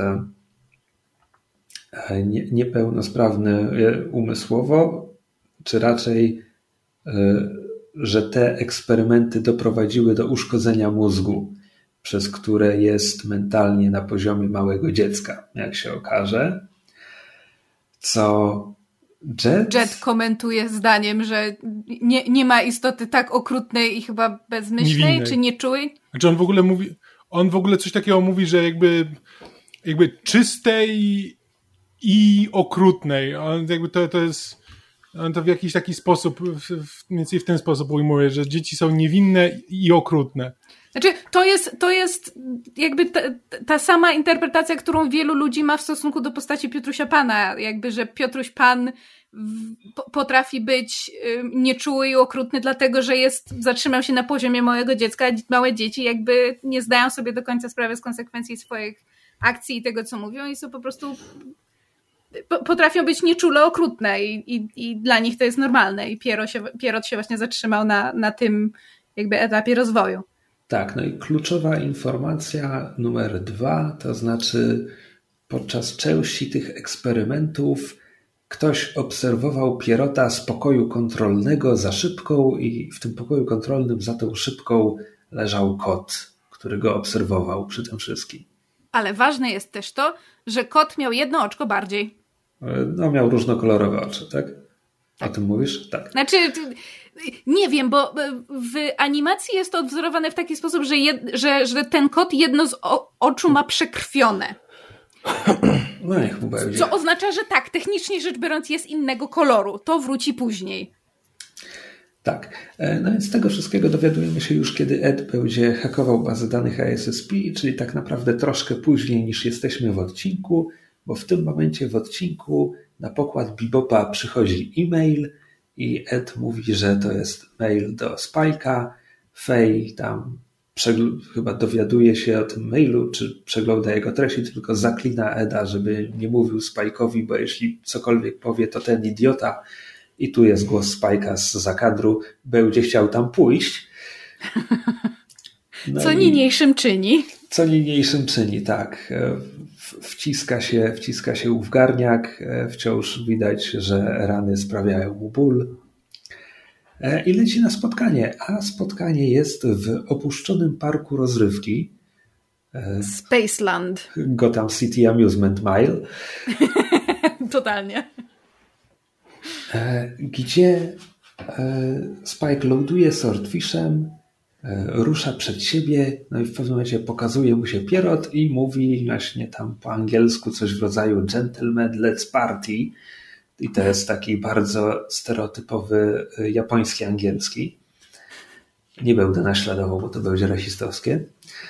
niepełnosprawny umysłowo, czy raczej, że te eksperymenty doprowadziły do uszkodzenia mózgu, przez które jest mentalnie na poziomie małego dziecka, jak się okaże. Co Jet komentuje zdaniem, że nie ma istoty tak okrutnej i chyba bezmyślnej, niewinnej, czy nieczułej. Znaczy on w ogóle coś takiego mówi, że jakby czystej i okrutnej. On jakby to jest, on to w jakiś taki sposób, mniej więcej w ten sposób ujmuje, że dzieci są niewinne i okrutne. Znaczy, to jest jakby ta sama interpretacja, którą wielu ludzi ma w stosunku do postaci Piotrusia Pana. Jakby, że Piotruś Pan potrafi być nieczuły i okrutny, dlatego że zatrzymał się na poziomie małego dziecka, a małe dzieci jakby nie zdają sobie do końca sprawy z konsekwencji swoich akcji i tego, co mówią i są po prostu potrafią być nieczule okrutne i dla nich to jest normalne i Pierrot się właśnie zatrzymał na tym jakby etapie rozwoju. Tak, no i kluczowa informacja numer 2, to znaczy podczas części tych eksperymentów ktoś obserwował Pierrota z pokoju kontrolnego za szybką i w tym pokoju kontrolnym za tą szybką leżał kot, który go obserwował przy tym wszystkim. Ale ważne jest też to, że kot miał jedno oczko bardziej. No miał różnokolorowe oczy, tak? O tym mówisz? Tak. Znaczy, nie wiem, bo w animacji jest to odwzorowane w taki sposób, że ten kot jedno z oczu ma przekrwione. No niech mu będzie. Co oznacza, że tak, technicznie rzecz biorąc jest innego koloru. To wróci później. Tak. No więc z tego wszystkiego dowiadujemy się już, kiedy Ed będzie hakował bazę danych ISSP, czyli tak naprawdę troszkę później niż jesteśmy w odcinku, bo w tym momencie w odcinku na pokład Bebopa przychodzi e-mail i Ed mówi, że to jest mail do Spike'a. Faye tam chyba dowiaduje się o tym mailu, czy przegląda jego treści, tylko zaklina Eda, żeby nie mówił Spike'owi, bo jeśli cokolwiek powie, to ten idiota, i tu jest głos Spike'a z zakadru, będzie chciał tam pójść. No co niniejszym czyni. Co niniejszym czyni, tak. Wciska się w garniak, wciąż widać, że rany sprawiają mu ból. I leci na spotkanie, a spotkanie jest w opuszczonym parku rozrywki. Spaceland. Gotham City Amusement Mile. Totalnie. Gdzie Spike ląduje Swordfishem, rusza przed siebie, no i w pewnym momencie pokazuje mu się Pierrot i mówi właśnie tam po angielsku coś w rodzaju gentlemen, let's party. I to jest taki bardzo stereotypowy japoński angielski. Nie będę naśladował, bo to będzie rasistowskie.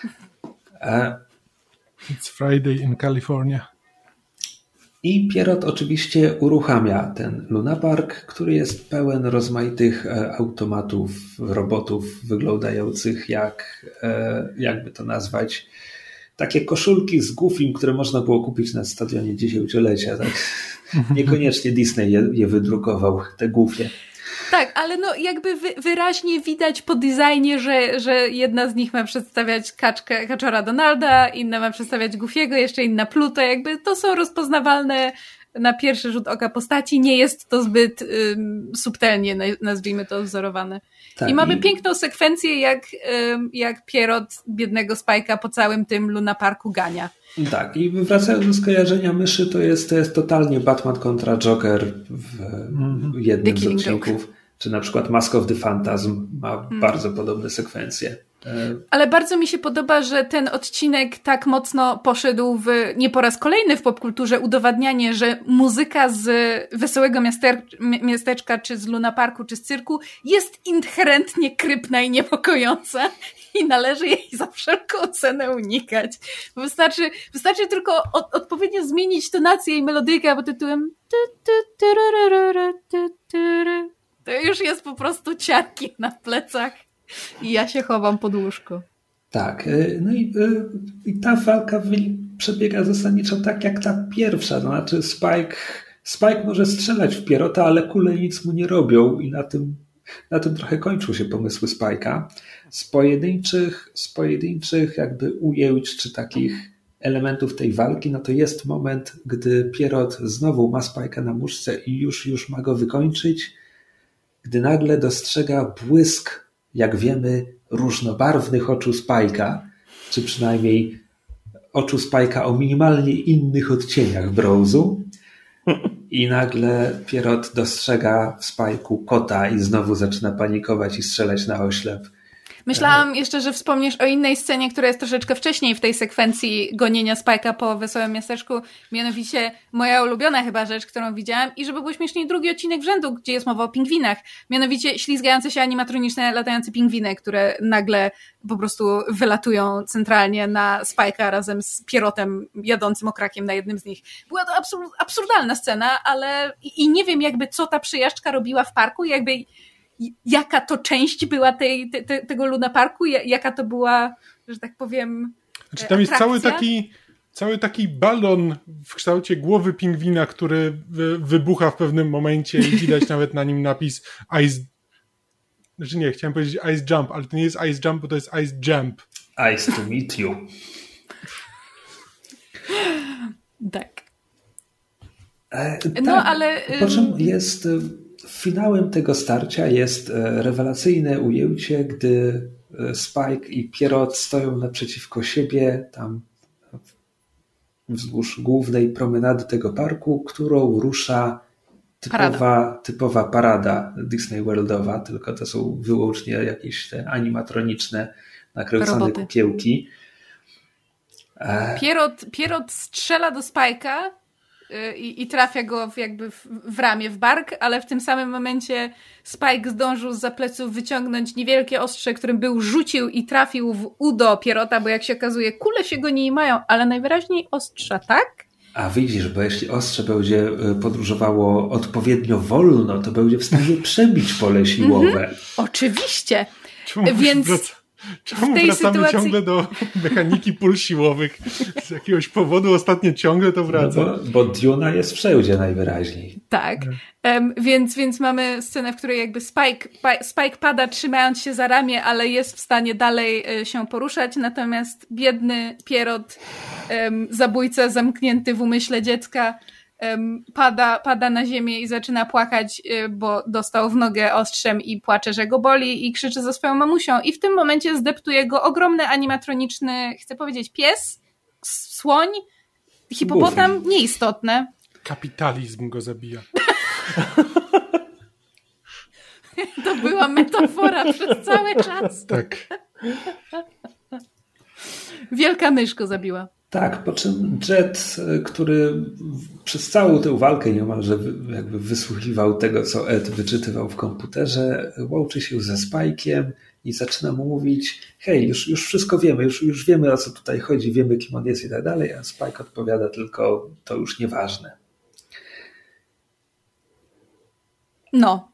It's Friday in California. I Pierrot oczywiście uruchamia ten lunapark, który jest pełen rozmaitych automatów, robotów wyglądających jakby to nazwać, takie koszulki z Goofym, które można było kupić na stadionie dziesięciolecia. Tak? Niekoniecznie Disney je wydrukował, te Goofie. Tak, ale no jakby wyraźnie widać po designie, że jedna z nich ma przedstawiać kaczora Donalda, inna ma przedstawiać Goofiego, jeszcze inna Pluto, jakby to są rozpoznawalne na pierwszy rzut oka postaci. Nie jest to zbyt subtelnie, nazwijmy to, wzorowane. Tak, i mamy piękną sekwencję, jak Pierrot biednego Spike'a po całym tym Luna Parku gania. Tak, i wracając do skojarzenia myszy, to jest totalnie Batman kontra Joker w jednym z odcinków. Czy na przykład Mask of the Phantasm ma bardzo podobne sekwencje. Ale bardzo mi się podoba, że ten odcinek tak mocno poszedł nie po raz kolejny w popkulturze udowadnianie, że muzyka z Wesołego Miasteczka, czy z Luna Parku, czy z cyrku jest inherentnie krypna i niepokojąca i należy jej za wszelką cenę unikać. Wystarczy tylko odpowiednio zmienić tonację i melodyjkę pod tytułem to już jest po prostu ciarki na plecach. I ja się chowam pod łóżko. Tak, no i ta walka przebiega zasadniczo tak jak ta pierwsza. To znaczy Spike może strzelać w Pierrota, ale kule nic mu nie robią i na tym trochę kończą się pomysły Spike'a. Z pojedynczych jakby ujęć czy takich elementów tej walki, no to jest moment, gdy Pierrot znowu ma Spike'a na muszce i już ma go wykończyć, gdy nagle dostrzega błysk, jak wiemy, różnobarwnych oczu Spike'a, czy przynajmniej oczu Spike'a o minimalnie innych odcieniach brązu. I nagle Pierrot dostrzega w Spike'u kota i znowu zaczyna panikować i strzelać na oślep. Myślałam jeszcze, że wspomnisz o innej scenie, która jest troszeczkę wcześniej w tej sekwencji gonienia Spike'a po Wesołym Miasteczku, mianowicie moja ulubiona chyba rzecz, którą widziałam i żeby było śmieszniej, drugi odcinek w rzędu, gdzie jest mowa o pingwinach, mianowicie ślizgające się animatroniczne latające pingwiny, które nagle po prostu wylatują centralnie na Spike'a razem z Pierrotem jadącym okrakiem na jednym z nich. Była to absurdalna scena, ale i nie wiem jakby co ta przejażdżka robiła w parku, jakby jaka to część była tego Luna Parku, jaka to była, że tak powiem, znaczy, tam jest cały taki balon w kształcie głowy pingwina, który wybucha w pewnym momencie i widać nawet na nim napis Ice... Znaczy nie, chciałem powiedzieć Ice Jump, ale to nie jest Ice Jump, bo to jest Ice Jump. Ice to meet you. Tak. No, ale... Po czym jest... Finałem tego starcia jest rewelacyjne ujęcie, gdy Spike i Pierrot stoją naprzeciwko siebie tam wzdłuż głównej promenady tego parku, którą rusza typowa parada Disney Worldowa, tylko to są wyłącznie jakieś te animatroniczne nakręcone kukiełki. Pierrot strzela do Spike'a i trafia go jakby w ramię, w bark, ale w tym samym momencie Spike zdążył zza pleców wyciągnąć niewielkie ostrze, którym był, rzucił i trafił w udo Pierrota, bo jak się okazuje, kule się go nie mają, ale najwyraźniej ostrza, tak? A widzisz, bo jeśli ostrze będzie podróżowało odpowiednio wolno, to będzie w stanie przebić pole siłowe. Oczywiście. Czemu wracamy ciągle do mechaniki pól siłowych? Z jakiegoś powodu ostatnio ciągle to wraca. No bo Duna jest wszędzie najwyraźniej. Tak. Więc mamy scenę, w której jakby Spike pada trzymając się za ramię, ale jest w stanie dalej się poruszać, natomiast biedny Pierrot, zabójca zamknięty w umyśle dziecka, pada na ziemię i zaczyna płakać, bo dostał w nogę ostrzem i płacze, że go boli i krzyczy za swoją mamusią i w tym momencie zdeptuje go ogromny animatroniczny, chcę powiedzieć pies, słoń, hipopotam, nieistotne. Kapitalizm go zabija. To była metafora przez cały czas. Tak. Wielka mysz go zabiła. Tak, po czym Jet, który przez całą tę walkę niemalże jakby wysłuchiwał tego, co Ed wyczytywał w komputerze, łączy się ze Spike'iem i zaczyna mu mówić: hej, już wszystko wiemy, już wiemy, o co tutaj chodzi, wiemy, kim on jest i tak dalej, a Spike odpowiada tylko: to już nieważne. No.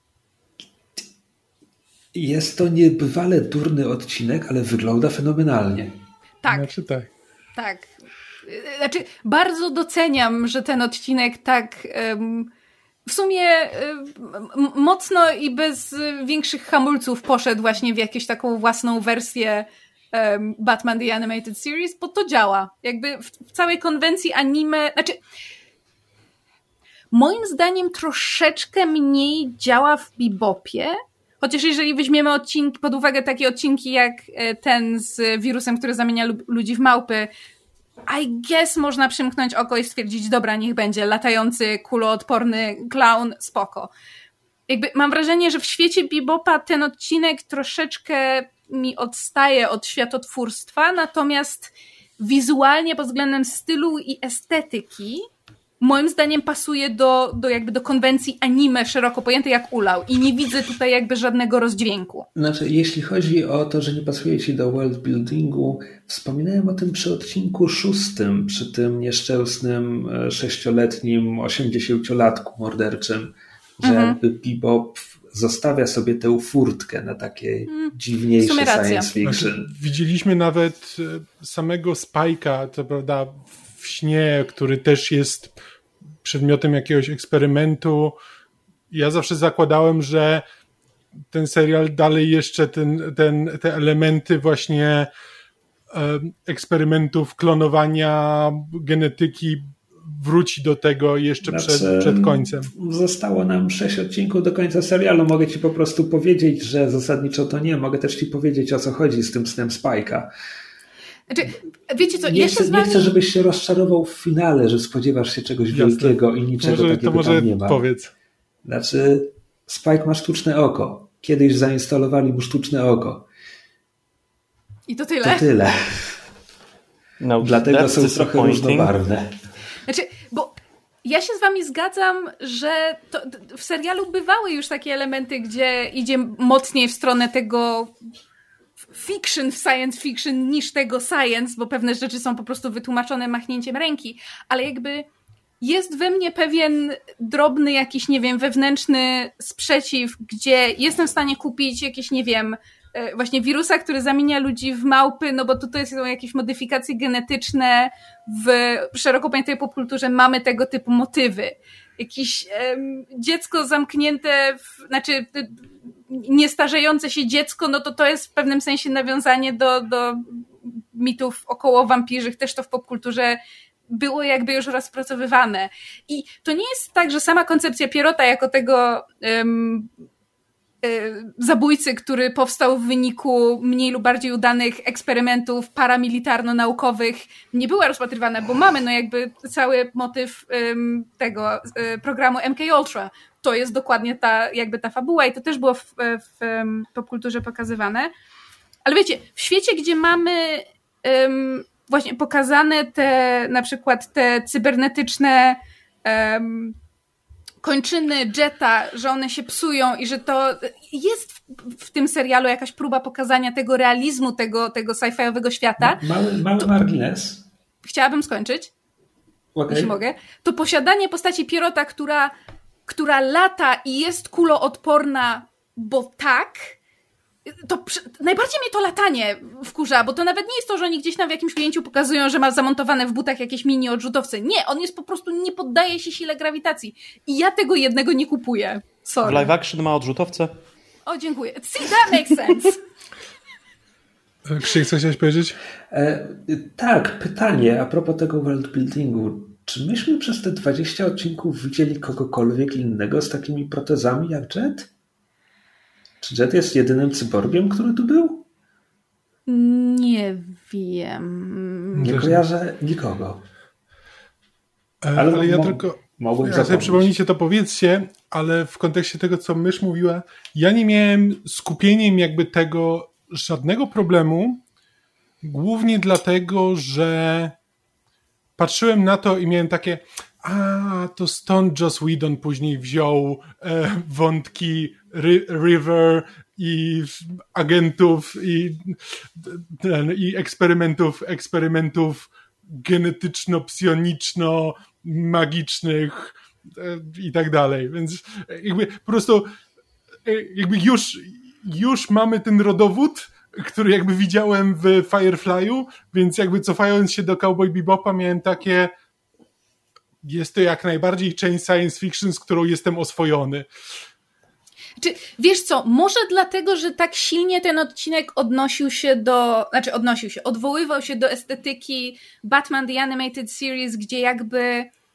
Jest to niebywale durny odcinek, ale wygląda fenomenalnie. Tak. Znaczy tak. Tak. Znaczy, bardzo doceniam, że ten odcinek tak w sumie mocno i bez większych hamulców poszedł właśnie w jakąś taką własną wersję Batman The Animated Series, bo to działa. Jakby w całej konwencji anime, znaczy moim zdaniem troszeczkę mniej działa w Bebopie. Chociaż jeżeli weźmiemy pod uwagę takie odcinki jak ten z wirusem, który zamienia ludzi w małpy, I guess można przymknąć oko i stwierdzić, dobra, niech będzie latający, kuloodporny clown, spoko. Jakby mam wrażenie, że w świecie Bebopa ten odcinek troszeczkę mi odstaje od światotwórstwa, natomiast wizualnie pod względem stylu i estetyki moim zdaniem pasuje do konwencji anime szeroko pojętej jak Ulał i nie widzę tutaj jakby żadnego rozdźwięku. Znaczy, jeśli chodzi o to, że nie pasuje ci do worldbuildingu, wspominałem o tym przy odcinku 6, przy tym nieszczęsnym 6-letnim 80-latku morderczym, że jakby Bebop zostawia sobie tę furtkę na takie dziwniejsze science fiction. Znaczy, widzieliśmy nawet samego Spike'a, co prawda w śnie, który też jest przedmiotem jakiegoś eksperymentu. Ja zawsze zakładałem, że ten serial dalej jeszcze te elementy właśnie eksperymentów, klonowania, genetyki wróci do tego jeszcze przed końcem. Zostało nam 6 odcinków do końca serialu. Mogę ci po prostu powiedzieć, że zasadniczo to nie. Mogę też ci powiedzieć, o co chodzi z tym snem Spike'a. Znaczy, wiecie co, nie chcę, żebyś się rozczarował w finale, że spodziewasz się czegoś wielkiego i niczego takiego tam nie ma. Powiedz. Znaczy, Spike ma sztuczne oko. Kiedyś zainstalowali mu sztuczne oko. I to tyle? To tyle. No, dlatego są trochę różnobarwne. Znaczy, bo ja się z wami zgadzam, że w serialu bywały już takie elementy, gdzie idzie mocniej w stronę tego fiction w science fiction niż tego science, bo pewne rzeczy są po prostu wytłumaczone machnięciem ręki, ale jakby jest we mnie pewien drobny jakiś, nie wiem, wewnętrzny sprzeciw, gdzie jestem w stanie kupić jakieś, nie wiem, właśnie wirusa, który zamienia ludzi w małpy, no bo to są jakieś modyfikacje genetyczne, w szeroko pojętej popkulturze mamy tego typu motywy. Jakieś dziecko zamknięte, znaczy niestarzejące się dziecko, no to jest w pewnym sensie nawiązanie do mitów około wampirzych, też to w popkulturze było jakby już rozpracowywane. I to nie jest tak, że sama koncepcja Pierrota jako tego zabójcy, który powstał w wyniku mniej lub bardziej udanych eksperymentów paramilitarno-naukowych, nie była rozpatrywana, bo mamy no jakby cały motyw tego programu MK Ultra. To jest dokładnie ta fabuła i to też było w popkulturze pokazywane. Ale wiecie, w świecie, gdzie mamy właśnie pokazane na przykład te cybernetyczne kończyny Jetta, że one się psują i że to jest w tym serialu jakaś próba pokazania tego realizmu, tego sci-fiowego świata. Mały margines. Chciałabym skończyć, jeśli mogę. To posiadanie postaci Pierrota, która lata i jest kuloodporna, bo tak, to najbardziej mnie to latanie wkurza, bo to nawet nie jest to, że oni gdzieś tam w jakimś ujęciu pokazują, że ma zamontowane w butach jakieś mini odrzutowce. Nie, on jest po prostu, nie poddaje się sile grawitacji. I ja tego jednego nie kupuję. Sorry. W live action ma odrzutowce? O, dziękuję. See, that makes sense. Krzyk, co chciałeś powiedzieć? Tak, pytanie a propos tego worldbuildingu. Czy myśmy przez te 20 odcinków widzieli kogokolwiek innego z takimi protezami jak Jet? Czy Jet jest jedynym cyborgiem, który tu był? Nie wiem. Nie kojarzę nikogo. Ale ja tylko... Jak sobie przypomnicie, to powiedzcie, ale w kontekście tego, co Mysz mówiła, ja nie miałem skupieniem jakby tego żadnego problemu, głównie dlatego, że patrzyłem na to i miałem takie to stąd Joss Whedon później wziął wątki River i agentów i eksperymentów genetyczno-psioniczno-magicznych i tak dalej. Więc jakby po prostu jakby już mamy ten rodowód, który jakby widziałem w Firefly'u, więc jakby cofając się do Cowboy Bebopa miałem takie jest to jak najbardziej część science fiction, z którą jestem oswojony. Wiesz co, może dlatego, że tak silnie ten odcinek odwoływał się do estetyki Batman The Animated Series, gdzie jakby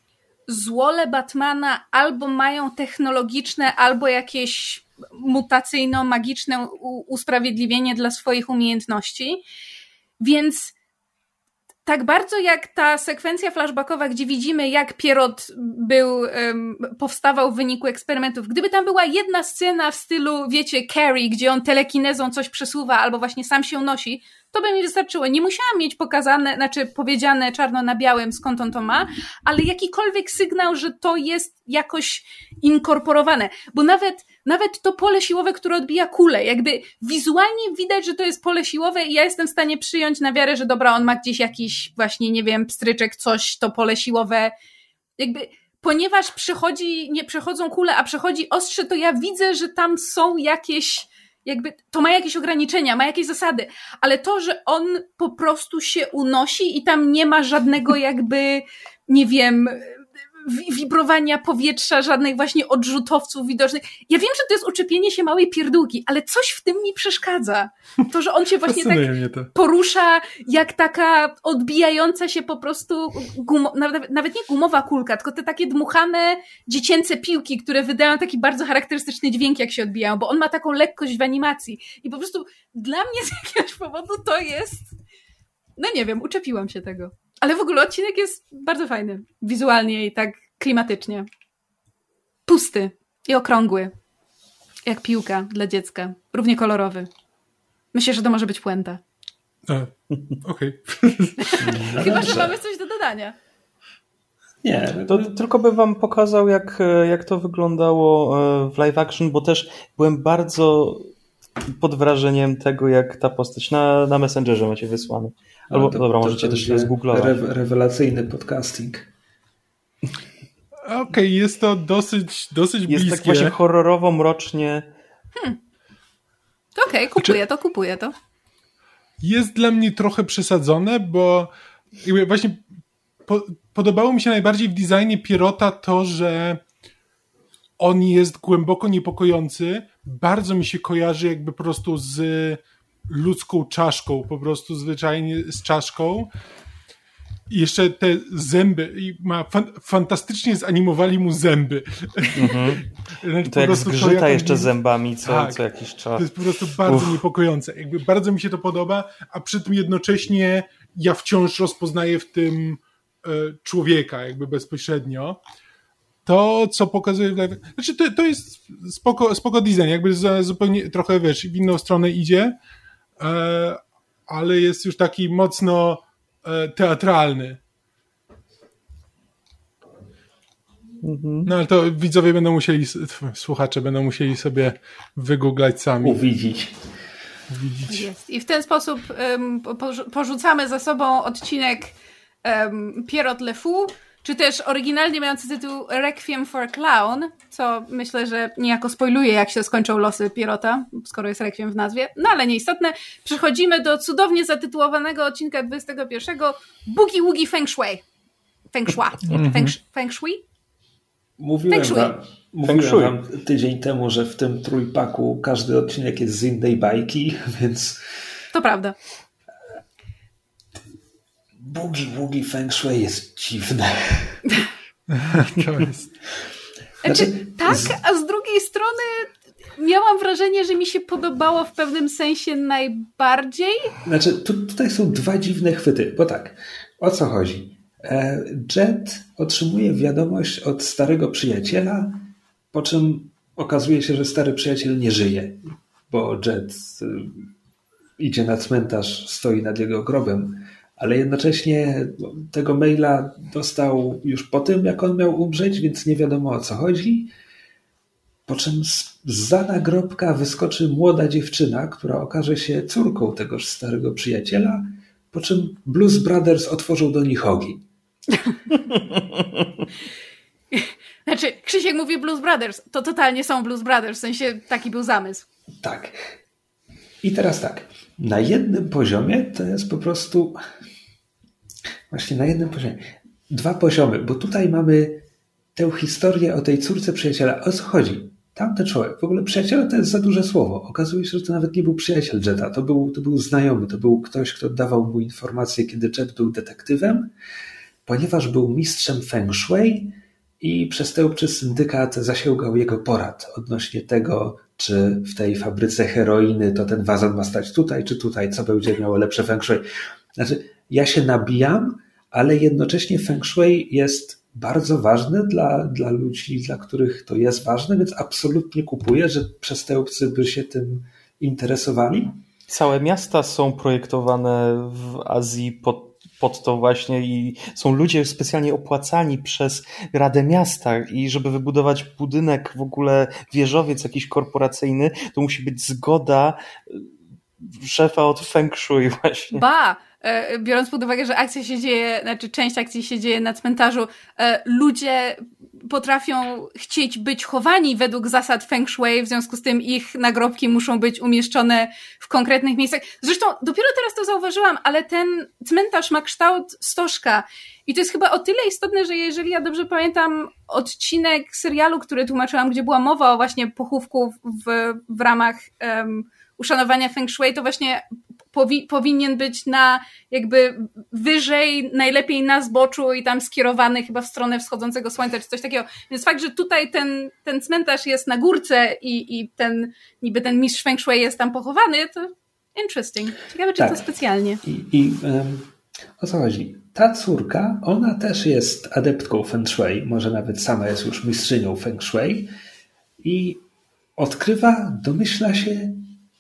złole Batmana albo mają technologiczne, albo jakieś mutacyjno-magiczne usprawiedliwienie dla swoich umiejętności. Więc tak bardzo jak ta sekwencja flashbackowa, gdzie widzimy, jak Pierrot powstawał w wyniku eksperymentów. Gdyby tam była jedna scena w stylu, wiecie, Carrie, gdzie on telekinezą coś przesuwa albo właśnie sam się unosi, to by mi wystarczyło. Nie musiałam mieć powiedziane czarno na białym, skąd on to ma, ale jakikolwiek sygnał, że to jest jakoś inkorporowane. Bo nawet to pole siłowe, które odbija kulę, jakby wizualnie widać, że to jest pole siłowe i ja jestem w stanie przyjąć na wiarę, że dobra, on ma gdzieś jakiś właśnie, nie wiem, pstryczek, coś, to pole siłowe. Jakby, ponieważ nie przechodzą kule, a przechodzi ostrze, to ja widzę, że tam są jakieś, jakby, to ma jakieś ograniczenia, ma jakieś zasady, ale to, że on po prostu się unosi i tam nie ma żadnego jakby, nie wiem, wibrowania powietrza, żadnych właśnie odrzutowców widocznych. Ja wiem, że to jest uczepienie się małej pierdółki, ale coś w tym mi przeszkadza. To, że on się właśnie tak porusza jak taka odbijająca się po prostu nawet nie gumowa kulka, tylko te takie dmuchane dziecięce piłki, które wydają taki bardzo charakterystyczny dźwięk, jak się odbijają, bo on ma taką lekkość w animacji. I po prostu dla mnie z jakiegoś powodu to jest... No nie wiem, uczepiłam się tego. Ale w ogóle odcinek jest bardzo fajny. Wizualnie i tak klimatycznie. Pusty i okrągły. Jak piłka dla dziecka. Równie kolorowy. Myślę, że to może być puenta. Okej. Chyba, że mamy coś do dodania. Nie, to tylko bym wam pokazał, jak to wyglądało w live action, bo też byłem bardzo pod wrażeniem tego, jak ta postać na Messengerze macie wysłany. Albo, dobra, możecie też zgooglować. Rewelacyjny podcasting. Okej, jest to dosyć bliskie. Jest tak właśnie horrorowo, mrocznie. To okej, kupuję to. Jest dla mnie trochę przesadzone, bo właśnie podobało mi się najbardziej w designie Pierrota to, że on jest głęboko niepokojący. Bardzo mi się kojarzy jakby po prostu z ludzką czaszką, po prostu zwyczajnie z czaszką. I jeszcze te zęby, i fantastycznie zanimowali mu zęby. Mm-hmm. To jak zgrzyta jeszcze zębami co jakiś czas. To jest po prostu bardzo niepokojące. Jakby bardzo mi się to podoba, a przy tym jednocześnie ja wciąż rozpoznaję w tym człowieka jakby bezpośrednio. To, co pokazuje w live... Znaczy, to jest spoko design, jakby zupełnie trochę, wiesz, w inną stronę idzie, ale jest już taki mocno teatralny. No ale to widzowie słuchacze będą musieli sobie wygooglać sami. Uwidzieć. Jest. I w ten sposób porzucamy za sobą odcinek Pierrot Le Fou, czy też oryginalnie mający tytuł Requiem for Clown, co myślę, że niejako spoiluje, jak się skończą losy Pierrota, skoro jest Requiem w nazwie, no ale nieistotne. Przechodzimy do cudownie zatytułowanego odcinka 21. Boogie Woogie Feng Shui. Feng Shui? Mówiłem wam tydzień temu, że w tym trójpaku każdy odcinek jest z innej bajki, więc... To prawda. Boogie Woogie Feng Shui jest dziwne. To jest... Tak, a z drugiej strony miałam wrażenie, że mi się podobało w pewnym sensie najbardziej. Znaczy, tutaj są dwa dziwne chwyty, bo tak, o co chodzi? Jet otrzymuje wiadomość od starego przyjaciela, po czym okazuje się, że stary przyjaciel nie żyje, bo Jet idzie na cmentarz, stoi nad jego grobem, ale jednocześnie tego maila dostał już po tym, jak on miał umrzeć, więc nie wiadomo, o co chodzi. Po czym zza nagrobka wyskoczy młoda dziewczyna, która okaże się córką tegoż starego przyjaciela, po czym Blues Brothers otworzą do nich ogień. Znaczy, Krzysiek mówi Blues Brothers, to totalnie są Blues Brothers, w sensie taki był zamysł. Tak. I teraz tak, na jednym poziomie to jest po prostu... Właśnie na jednym poziomie. Dwa poziomy, bo tutaj mamy tę historię o tej córce przyjaciela. O co chodzi? Tamten człowiek, w ogóle przyjaciela to jest za duże słowo. Okazuje się, że to nawet nie był przyjaciel Jetta, to był znajomy, to był ktoś, kto dawał mu informacje, kiedy Jet był detektywem. Ponieważ był mistrzem Feng Shui, i przestępczy syndykat zasięgał jego porad odnośnie tego, czy w tej fabryce heroiny to ten wazon ma stać tutaj, czy tutaj, co będzie miało lepsze feng shui. Znaczy, ja się nabijam, ale jednocześnie feng shui jest bardzo ważny dla ludzi, dla których to jest ważne, więc absolutnie kupuję, że przestępcy by się tym interesowali. Całe miasta są projektowane w Azji pod to właśnie i są ludzie specjalnie opłacani przez Radę Miasta i żeby wybudować budynek, w ogóle wieżowiec jakiś korporacyjny, to musi być zgoda szefa od feng shui właśnie. Biorąc pod uwagę, że akcja się dzieje, znaczy część akcji się dzieje na cmentarzu, ludzie potrafią chcieć być chowani według zasad feng shui, w związku z tym ich nagrobki muszą być umieszczone w konkretnych miejscach. Zresztą dopiero teraz to zauważyłam, ale ten cmentarz ma kształt stożka i to jest chyba o tyle istotne, że jeżeli ja dobrze pamiętam odcinek serialu, który tłumaczyłam, gdzie była mowa o właśnie pochówku w ramach uszanowania feng shui, to właśnie powinien być na jakby wyżej, najlepiej na zboczu i tam skierowany chyba w stronę wschodzącego słońca, czy coś takiego. Więc fakt, że tutaj ten cmentarz jest na górce i niby ten mistrz feng shui jest tam pochowany, to interesting. Ciekawe, czy tak. To specjalnie. O co chodzi? Ta córka, ona też jest adeptką feng shui, może nawet sama jest już mistrzynią feng shui i domyśla się,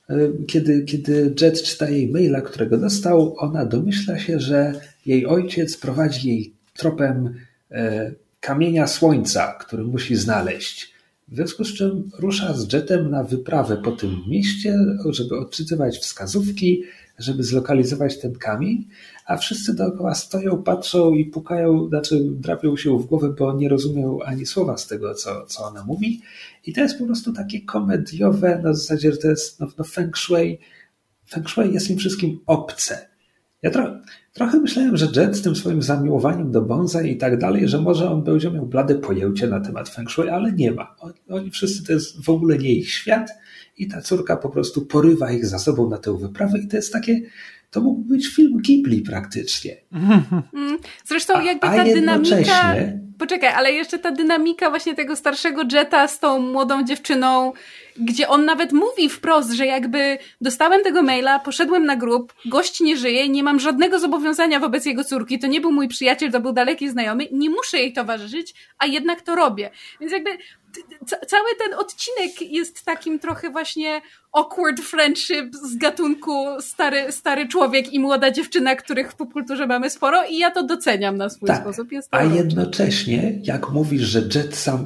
kiedy Jet czyta jej maila, którego dostał, ona domyśla się, że jej ojciec prowadzi jej tropem kamienia słońca, który musi znaleźć. W związku z czym rusza z Jetem na wyprawę po tym mieście, żeby odczytywać wskazówki, żeby zlokalizować ten kamień, a wszyscy dookoła stoją, patrzą i pukają, drapią się w głowę, bo nie rozumią ani słowa z tego, co ona mówi. I to jest po prostu takie komediowe, na zasadzie, że to jest feng shui. Feng shui jest im wszystkim obce. Ja trochę myślałem, że Jet z tym swoim zamiłowaniem do bonsai i tak dalej, że może on będzie miał blade pojęcie na temat feng shui, ale nie ma. Oni wszyscy, to jest w ogóle nie ich świat i ta córka po prostu porywa ich za sobą na tę wyprawę i to jest takie, to mógłby być film Ghibli praktycznie. Zresztą jakby ta dynamika... Poczekaj, ale jeszcze ta dynamika właśnie tego starszego Jeta z tą młodą dziewczyną, gdzie on nawet mówi wprost, że jakby dostałem tego maila, poszedłem na grób, gość nie żyje, nie mam żadnego zobowiązania wobec jego córki, to nie był mój przyjaciel, to był daleki znajomy, nie muszę jej towarzyszyć, a jednak to robię. Więc jakby cały ten odcinek jest takim trochę właśnie awkward friendship z gatunku stary człowiek i młoda dziewczyna, których w popkulturze mamy sporo i ja to doceniam na swój sposób. A jednocześnie, jak mówisz, że Jet sam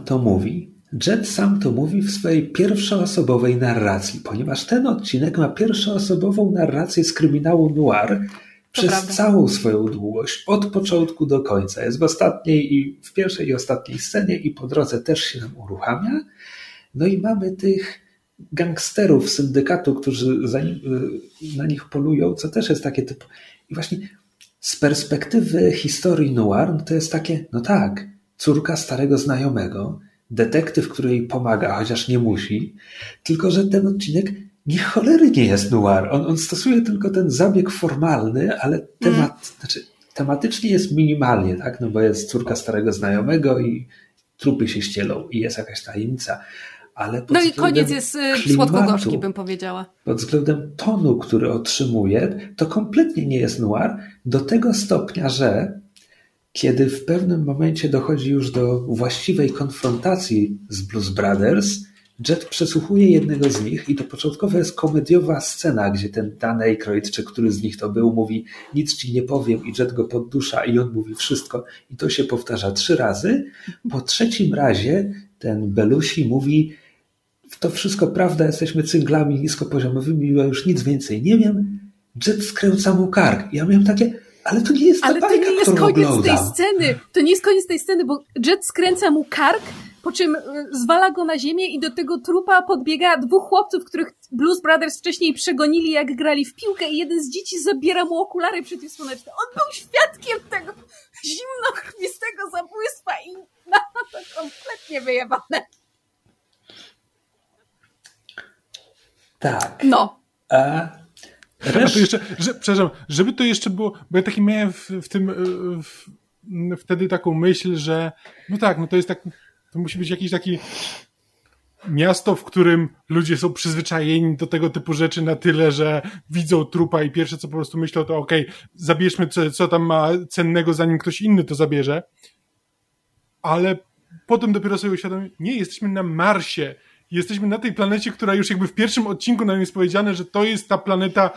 to mówi w swojej pierwszoosobowej narracji, ponieważ ten odcinek ma pierwszoosobową narrację z kryminału noir przez całą swoją długość, od początku do końca. Jest w pierwszej i ostatniej scenie i po drodze też się nam uruchamia. No i mamy tych gangsterów syndykatu, którzy na nich polują, co też jest takie typu... I właśnie z perspektywy historii noir, no to jest takie, no tak, córka starego znajomego, detektyw, który jej pomaga, chociaż nie musi, tylko że ten odcinek nie cholery nie jest noir. On stosuje tylko ten zabieg formalny, ale tematycznie jest minimalnie, tak? No bo jest córka starego znajomego i trupy się ścielą i jest jakaś tajemnica. Ale no i koniec jest słodko-gorzki, bym powiedziała. Pod względem tonu, który otrzymuje, to kompletnie nie jest noir, do tego stopnia, że kiedy w pewnym momencie dochodzi już do właściwej konfrontacji z Blues Brothers, Jet przesłuchuje jednego z nich i to początkowo jest komediowa scena, gdzie ten Dan Aykroyd, czy który z nich to był, mówi nic ci nie powiem i Jet go poddusza i on mówi wszystko i to się powtarza 3 razy. Po 3. razie ten Belushi mówi to wszystko prawda, jesteśmy cynglami niskopoziomowymi, ja już nic więcej nie wiem. Jet skręca mu kark. Ja miałem takie, ale to nie jest ta bajka, którą oglądam. To nie jest koniec tej sceny, bo Jet skręca mu kark, po czym zwala go na ziemię i do tego trupa podbiega 2 chłopców, których Blues Brothers wcześniej przegonili, jak grali w piłkę i jeden z dzieci zabiera mu okulary przeciwsłoneczne. On był świadkiem tego zimnokrwistego zabójstwa i na to kompletnie wyjebane. Tak. No. A to jeszcze, przepraszam, żeby to jeszcze było, bo ja taki miałem w tym wtedy taką myśl, że no tak, no to jest tak, to musi być jakiś taki miasto, w którym ludzie są przyzwyczajeni do tego typu rzeczy na tyle, że widzą trupa i pierwsze co po prostu myślą to okej, zabierzmy co tam ma cennego, zanim ktoś inny to zabierze. Ale potem dopiero sobie uświadomiłem, nie, jesteśmy na Marsie. Jesteśmy na tej planecie, która już jakby w pierwszym odcinku nam jest powiedziane, że to jest ta planeta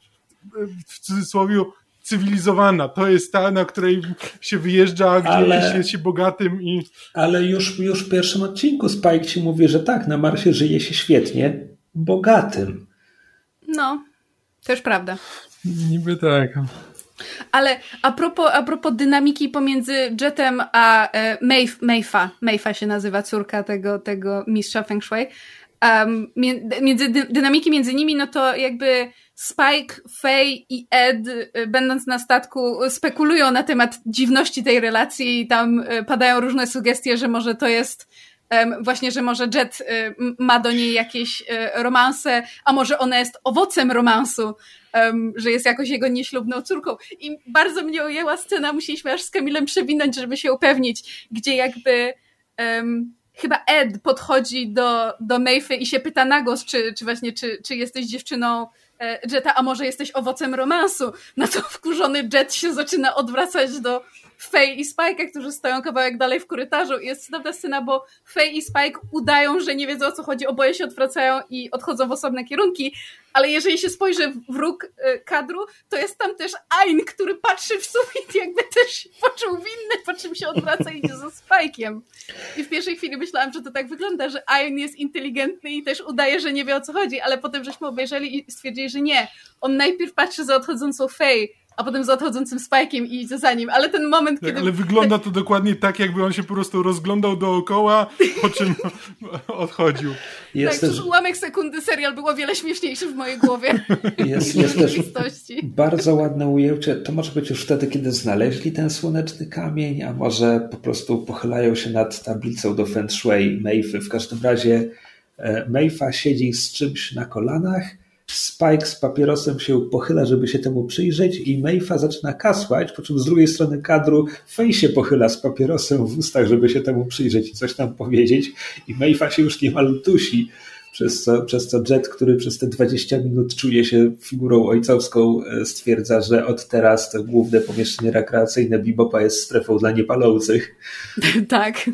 w cudzysłowie cywilizowana. To jest ta, na której się wyjeżdża, gdzie jest się bogatym i... Ale już w pierwszym odcinku Spike ci mówi, że tak, na Marsie żyje się świetnie, bogatym. No, też prawda. Niby tak. Ale a propos dynamiki pomiędzy Jetem a Mayfa się nazywa córka tego mistrza Feng Shui. Dynamiki między nimi, no to jakby Spike, Faye i Ed, będąc na statku, spekulują na temat dziwności tej relacji i tam padają różne sugestie, że może to jest właśnie, że może Jet ma do niej jakieś romanse, a może ona jest owocem romansu, że jest jakoś jego nieślubną córką. I bardzo mnie ujęła scena, musieliśmy aż z Kamilem przewinąć, żeby się upewnić, gdzie jakby chyba Ed podchodzi do Mayfy i się pyta na głos, czy jesteś dziewczyną Jeta, a może jesteś owocem romansu. Na to wkurzony Jet się zaczyna odwracać do Faye i Spike'a, którzy stoją kawałek dalej w korytarzu. I jest cudowna scena, bo Faye i Spike udają, że nie wiedzą o co chodzi, oboje się odwracają i odchodzą w osobne kierunki, ale jeżeli się spojrzy w róg kadru, to jest tam też Ayn, który patrzy w sufit, jakby też się poczuł winny, po czym się odwraca i idzie za Spike'iem. I w pierwszej chwili myślałam, że to tak wygląda, że Ayn jest inteligentny i też udaje, że nie wie o co chodzi, ale potem żeśmy obejrzeli i stwierdzili, że nie. On najpierw patrzy za odchodzącą Faye, a potem za odchodzącym Spike'iem i idzie za nim, ale ten moment, tak, kiedy... Ale wygląda to dokładnie tak, jakby on się po prostu rozglądał dookoła, po czym odchodził. Tak, przez ułamek sekundy serial był o wiele śmieszniejszy w mojej głowie. Jest też bardzo ładne ujęcie. To może być już wtedy, kiedy znaleźli ten słoneczny kamień, a może po prostu pochylają się nad tablicą do Feng Shui Mayfy. W każdym razie Mayfa siedzi z czymś na kolanach, Spike z papierosem się pochyla, żeby się temu przyjrzeć i Mayfa zaczyna kasłać, po czym z drugiej strony kadru Faye się pochyla z papierosem w ustach, żeby się temu przyjrzeć i coś tam powiedzieć i Mayfa się już niemal dusi, przez co Jet, który przez te 20 minut czuje się figurą ojcowską, stwierdza, że od teraz to główne pomieszczenie rekreacyjne Bebopa jest strefą dla niepalących. Tak.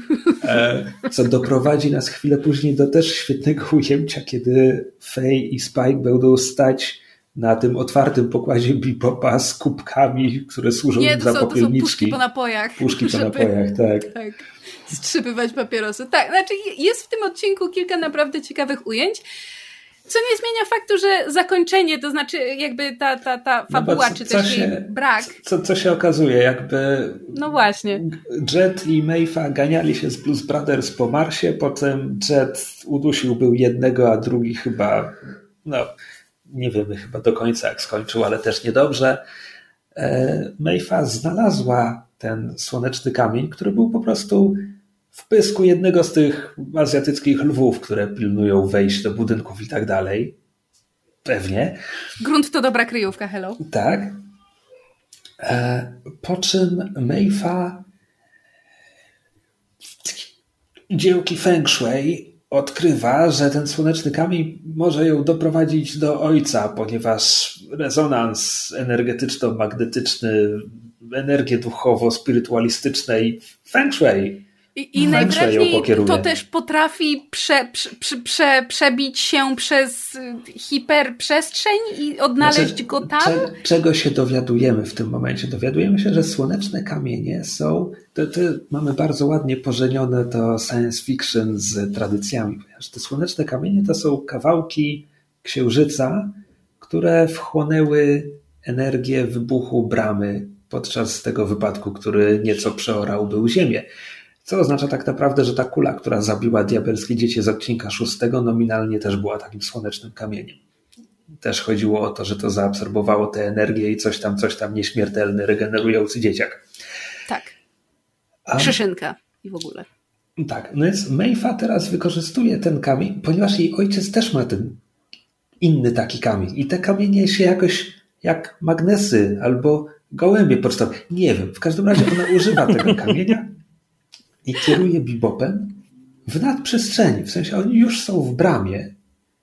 Co doprowadzi nas chwilę później do też świetnego ujęcia, kiedy Faye i Spike będą stać na tym otwartym pokładzie Bebopa z kubkami, które służą za popielniczki. To są puszki po napojach. Puszki po napojach, tak. Strzypywać papierosy. Tak, znaczy jest w tym odcinku kilka naprawdę ciekawych ujęć, co nie zmienia faktu, że zakończenie, to znaczy jakby ta fabuła, czy też jej brak. Co się okazuje, jakby... No właśnie. Jet i Mayfa ganiali się z Blues Brothers po Marsie, potem Jet udusił był jednego, a drugi chyba, nie wiemy chyba do końca jak skończył, ale też niedobrze. Mayfa znalazła ten słoneczny kamień, który był po prostu w pysku jednego z tych azjatyckich lwów, które pilnują wejść do budynków i tak dalej. Pewnie. Grunt to dobra kryjówka, hello. Tak. Po czym Mayfa dziełki Feng Shui odkrywa, że ten słoneczny kamień może ją doprowadzić do ojca, ponieważ rezonans energetyczno-magnetyczny, energię duchowo-spirytualistycznej Feng Shui. I najwyraźniej to też potrafi przebić się przez hiperprzestrzeń i odnaleźć go tam? Czego się dowiadujemy w tym momencie? Dowiadujemy się, że słoneczne kamienie są... To mamy bardzo ładnie pożenione to science fiction z tradycjami, ponieważ te słoneczne kamienie to są kawałki księżyca, które wchłonęły energię wybuchu bramy podczas tego wypadku, który nieco przeorał był Ziemię. Co oznacza tak naprawdę, że ta kula, która zabiła diabelskie dziecię z odcinka 6, nominalnie też była takim słonecznym kamieniem. Też chodziło o to, że to zaabsorbowało tę energię i coś tam nieśmiertelny, regenerujący dzieciak. Tak. Krzyszynka i w ogóle. Tak, no więc Mayfa teraz wykorzystuje ten kamień, ponieważ jej ojciec też ma ten inny taki kamień. I te kamienie się jakoś jak magnesy albo gołębie pocztowe. Nie wiem, w każdym razie ona używa tego kamienia i kieruje Bebopem w nadprzestrzeni. W sensie oni już są w bramie,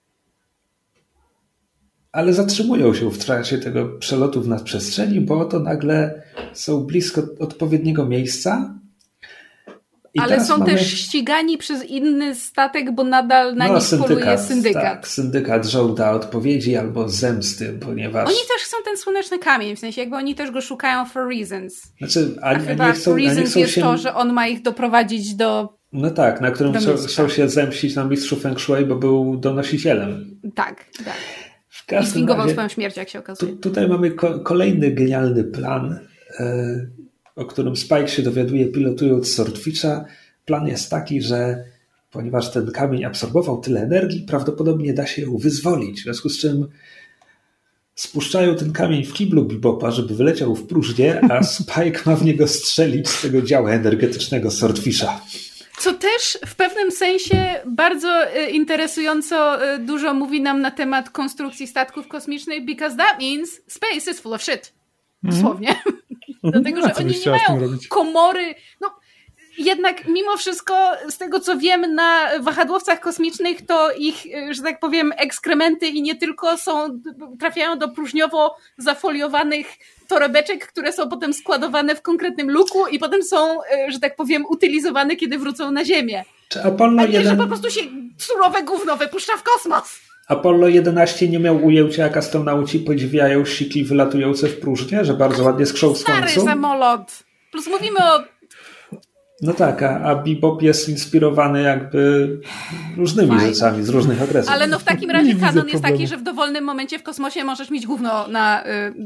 ale zatrzymują się w trakcie tego przelotu w nadprzestrzeni, bo oto nagle są blisko odpowiedniego miejsca. Ale są też ścigani przez inny statek, bo nadal na nich poluje syndykat. Tak, syndykat żąda odpowiedzi albo zemsty, ponieważ... Oni też chcą ten słoneczny kamień, w sensie jakby oni też go szukają for reasons. Znaczy, a chyba reasons jest to, że on ma ich doprowadzić do... No tak, na którym chcą się zemścić na mistrzu Feng Shui, bo był donosicielem. Tak. I sfingował swoją śmierć, jak się okazuje. Tutaj mamy kolejny genialny plan, o którym Spike się dowiaduje, pilotując Swordfisha. Plan jest taki, że ponieważ ten kamień absorbował tyle energii, prawdopodobnie da się ją wyzwolić. W związku z czym spuszczają ten kamień w kiblu Bebopa, żeby wyleciał w próżnię, a Spike ma w niego strzelić z tego działa energetycznego Swordfisha. Co też w pewnym sensie bardzo interesująco dużo mówi nam na temat konstrukcji statków kosmicznych, because that means space is full of shit. Dosłownie. Dlatego, że oni nie mają komory. No, jednak mimo wszystko, z tego co wiem, na wahadłowcach kosmicznych to ich, że tak powiem, ekskrementy i nie tylko trafiają do próżniowo zafoliowanych torebeczek, które są potem składowane w konkretnym luku i potem są, że tak powiem, utylizowane, kiedy wrócą na Ziemię. Czy Apollo a nie, że po prostu się surowe gówno wypuszcza w kosmos. Apollo 11 nie miał ujęcia, jak astronauci podziwiają sikli wylatujące w próżnię, że bardzo ładnie skrzą w słońcu. Stary samolot. Plus mówimy o... No tak, a Bebop jest inspirowany jakby różnymi rzeczami z różnych okresów. Ale no w takim razie kanon jest taki, że w dowolnym momencie w kosmosie możesz mieć gówno na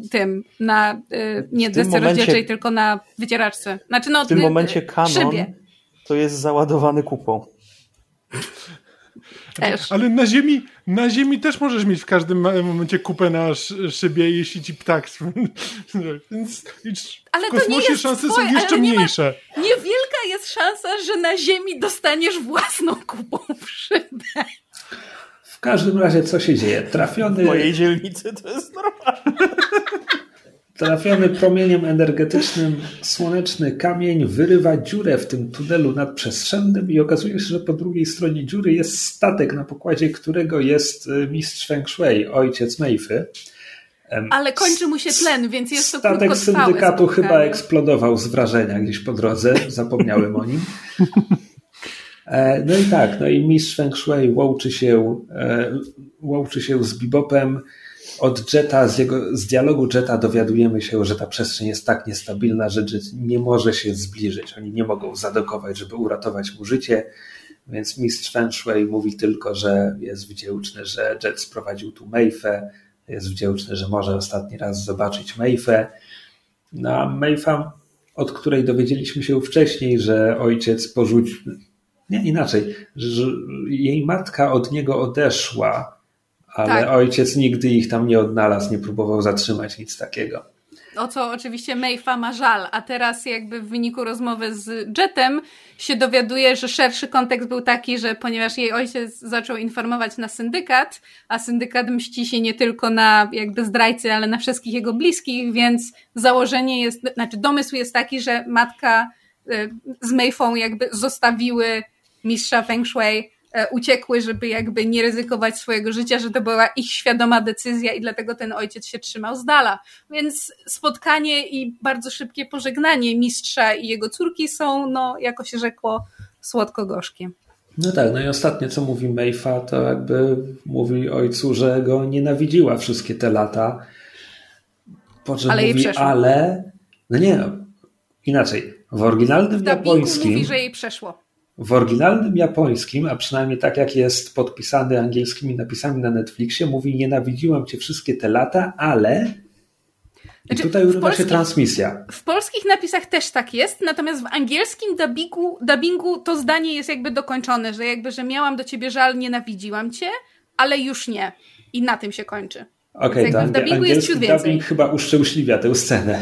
nie desce rozdzielczej, tylko na wycieraczce. Znaczy w tym momencie kanon to jest załadowany kupą. Też. Ale na ziemi też możesz mieć w każdym momencie kupę na szybie, jeśli ci ptak... Więc ale w kosmosie szanse są jeszcze mniejsze. Niewielka jest szansa, że na ziemi dostaniesz własną kupą w szybę. W każdym razie co się dzieje? W mojej dzielnicy to jest normalne. Trafiony promieniem energetycznym słoneczny kamień wyrywa dziurę w tym tunelu nadprzestrzennym i okazuje się, że po drugiej stronie dziury jest statek, na pokładzie którego jest mistrz Feng Shui, ojciec Mayfy. Ale kończy mu się tlen, więc jest to krótkotrwałe. Statek syndykatu chyba eksplodował z wrażenia gdzieś po drodze, zapomniałem o nim. No i tak, i mistrz Feng Shui łączy się z Bebopem. Od Jetta, z dialogu Jetta dowiadujemy się, że ta przestrzeń jest tak niestabilna, że Jet nie może się zbliżyć. Oni nie mogą zadokować, żeby uratować mu życie, więc mistrz Feng Shui mówi tylko, że jest wdzięczny, że Jet sprowadził tu Mayfę, jest wdzięczny, że może ostatni raz zobaczyć Mayfę. No a Mayfa, od której dowiedzieliśmy się wcześniej, że ojciec porzucił... Nie, inaczej, że jej matka od niego odeszła, ale tak. Ojciec nigdy ich tam nie odnalazł, nie próbował zatrzymać nic takiego. O co oczywiście Mayfa ma żal, a teraz jakby w wyniku rozmowy z Jetem się dowiaduje, że szerszy kontekst był taki, że ponieważ jej ojciec zaczął informować na syndykat, a syndykat mści się nie tylko na jakby zdrajcy, ale na wszystkich jego bliskich, więc domysł jest taki, że matka z Mayfą jakby zostawiły mistrza Feng Shui, uciekły, żeby jakby nie ryzykować swojego życia, że to była ich świadoma decyzja i dlatego ten ojciec się trzymał z dala. Więc spotkanie i bardzo szybkie pożegnanie mistrza i jego córki są, jako się rzekło, słodko-gorzkie. No tak, i ostatnie co mówi Mayfa, to jakby mówi ojcu, że go nienawidziła wszystkie te lata. Po czym ale mówi, jej przeszło. Inaczej. W oryginalnym japońskim mówi, że jej przeszło. W oryginalnym japońskim, a przynajmniej tak jak jest podpisany angielskimi napisami na Netflixie, mówi: nienawidziłam cię wszystkie te lata, ale... I tutaj urywa się transmisja. W polskich napisach też tak jest, natomiast w angielskim dubbingu to zdanie jest jakby dokończone, że miałam do ciebie żal, nienawidziłam cię, ale już nie. I na tym się kończy. Okej, w dubbingu jest ciut więcej. Dubbing chyba uszczęśliwia tę scenę.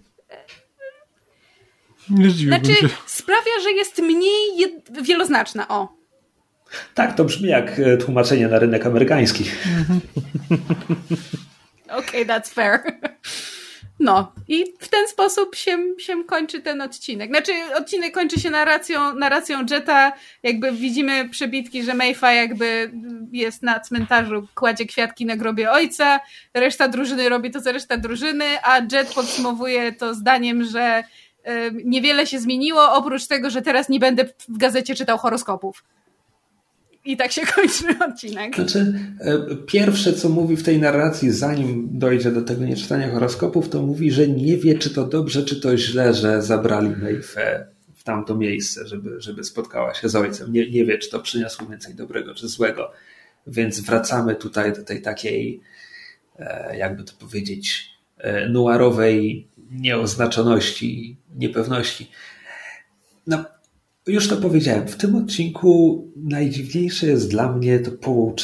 Sprawia, że jest mniej wieloznaczna. Tak, to brzmi jak tłumaczenie na rynek amerykański. Okej, that's fair. No i w ten sposób się kończy ten odcinek. Znaczy odcinek kończy się narracją Jetta, jakby widzimy przebitki, że Mayfa jakby jest na cmentarzu, kładzie kwiatki na grobie ojca, reszta drużyny robi to, co reszta drużyny, a Jet podsumowuje to zdaniem, że niewiele się zmieniło, oprócz tego, że teraz nie będę w gazecie czytał horoskopów. I tak się kończy odcinek. Znaczy, pierwsze, co mówi w tej narracji, zanim dojdzie do tego nieczytania horoskopów, to mówi, że nie wie, czy to dobrze, czy to źle, że zabrali Mayfę w tamto miejsce, żeby spotkała się z ojcem. Nie wie, czy to przyniosło więcej dobrego, czy złego. Więc wracamy tutaj do tej takiej, jakby to powiedzieć, noirowej nieoznaczoności, niepewności. No, już to powiedziałem, w tym odcinku najdziwniejsze jest dla mnie to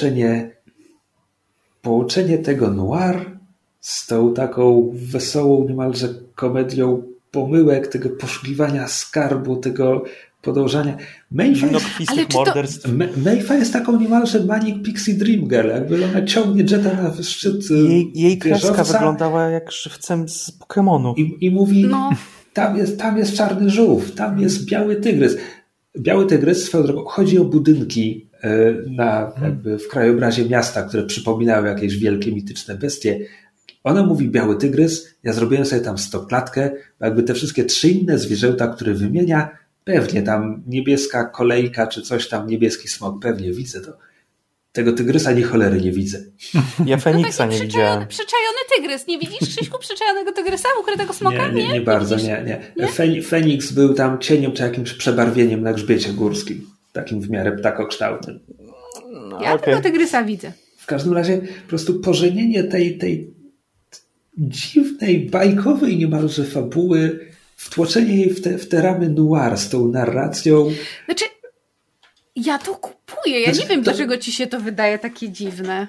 połączenie tego noir z tą taką wesołą niemalże komedią pomyłek, tego poszukiwania skarbu, tego podążania. Mayfa jest taką niemalże Manic Pixie Dream Girl, jakby ona ciągnie Jetta na szczyt jej kreska wyglądała jak żywcem z Pokemonu. I mówi, tam jest czarny żółw, tam jest biały tygrys. Biały tygrys, swoją drogą, chodzi o budynki jakby w krajobrazie miasta, które przypominały jakieś wielkie, mityczne bestie. Ona mówi biały tygrys, ja zrobiłem sobie tam stopklatkę, bo jakby te wszystkie 3 inne zwierzęta, które wymienia, pewnie tam niebieska kolejka, czy coś tam, niebieski smok, pewnie widzę to. Tego tygrysa nie cholery nie widzę. Ja Feniksa nie widziałem. Przyczajony tygrys. Nie widzisz, Krzyśku, przyczajonego tygrysa, ukrytego smoka? Nie bardzo, nie. Feniks był tam cieniem czy jakimś przebarwieniem na grzbiecie górskim. Takim w miarę ptakokształtym. Ja tego tygrysa widzę. W każdym razie po prostu pożenienie tej dziwnej, bajkowej niemalże fabuły, wtłoczenie jej w te ramy noir z tą narracją. Znaczy, ja to kupuję. Ja nie wiem, dlaczego ci się to wydaje takie dziwne.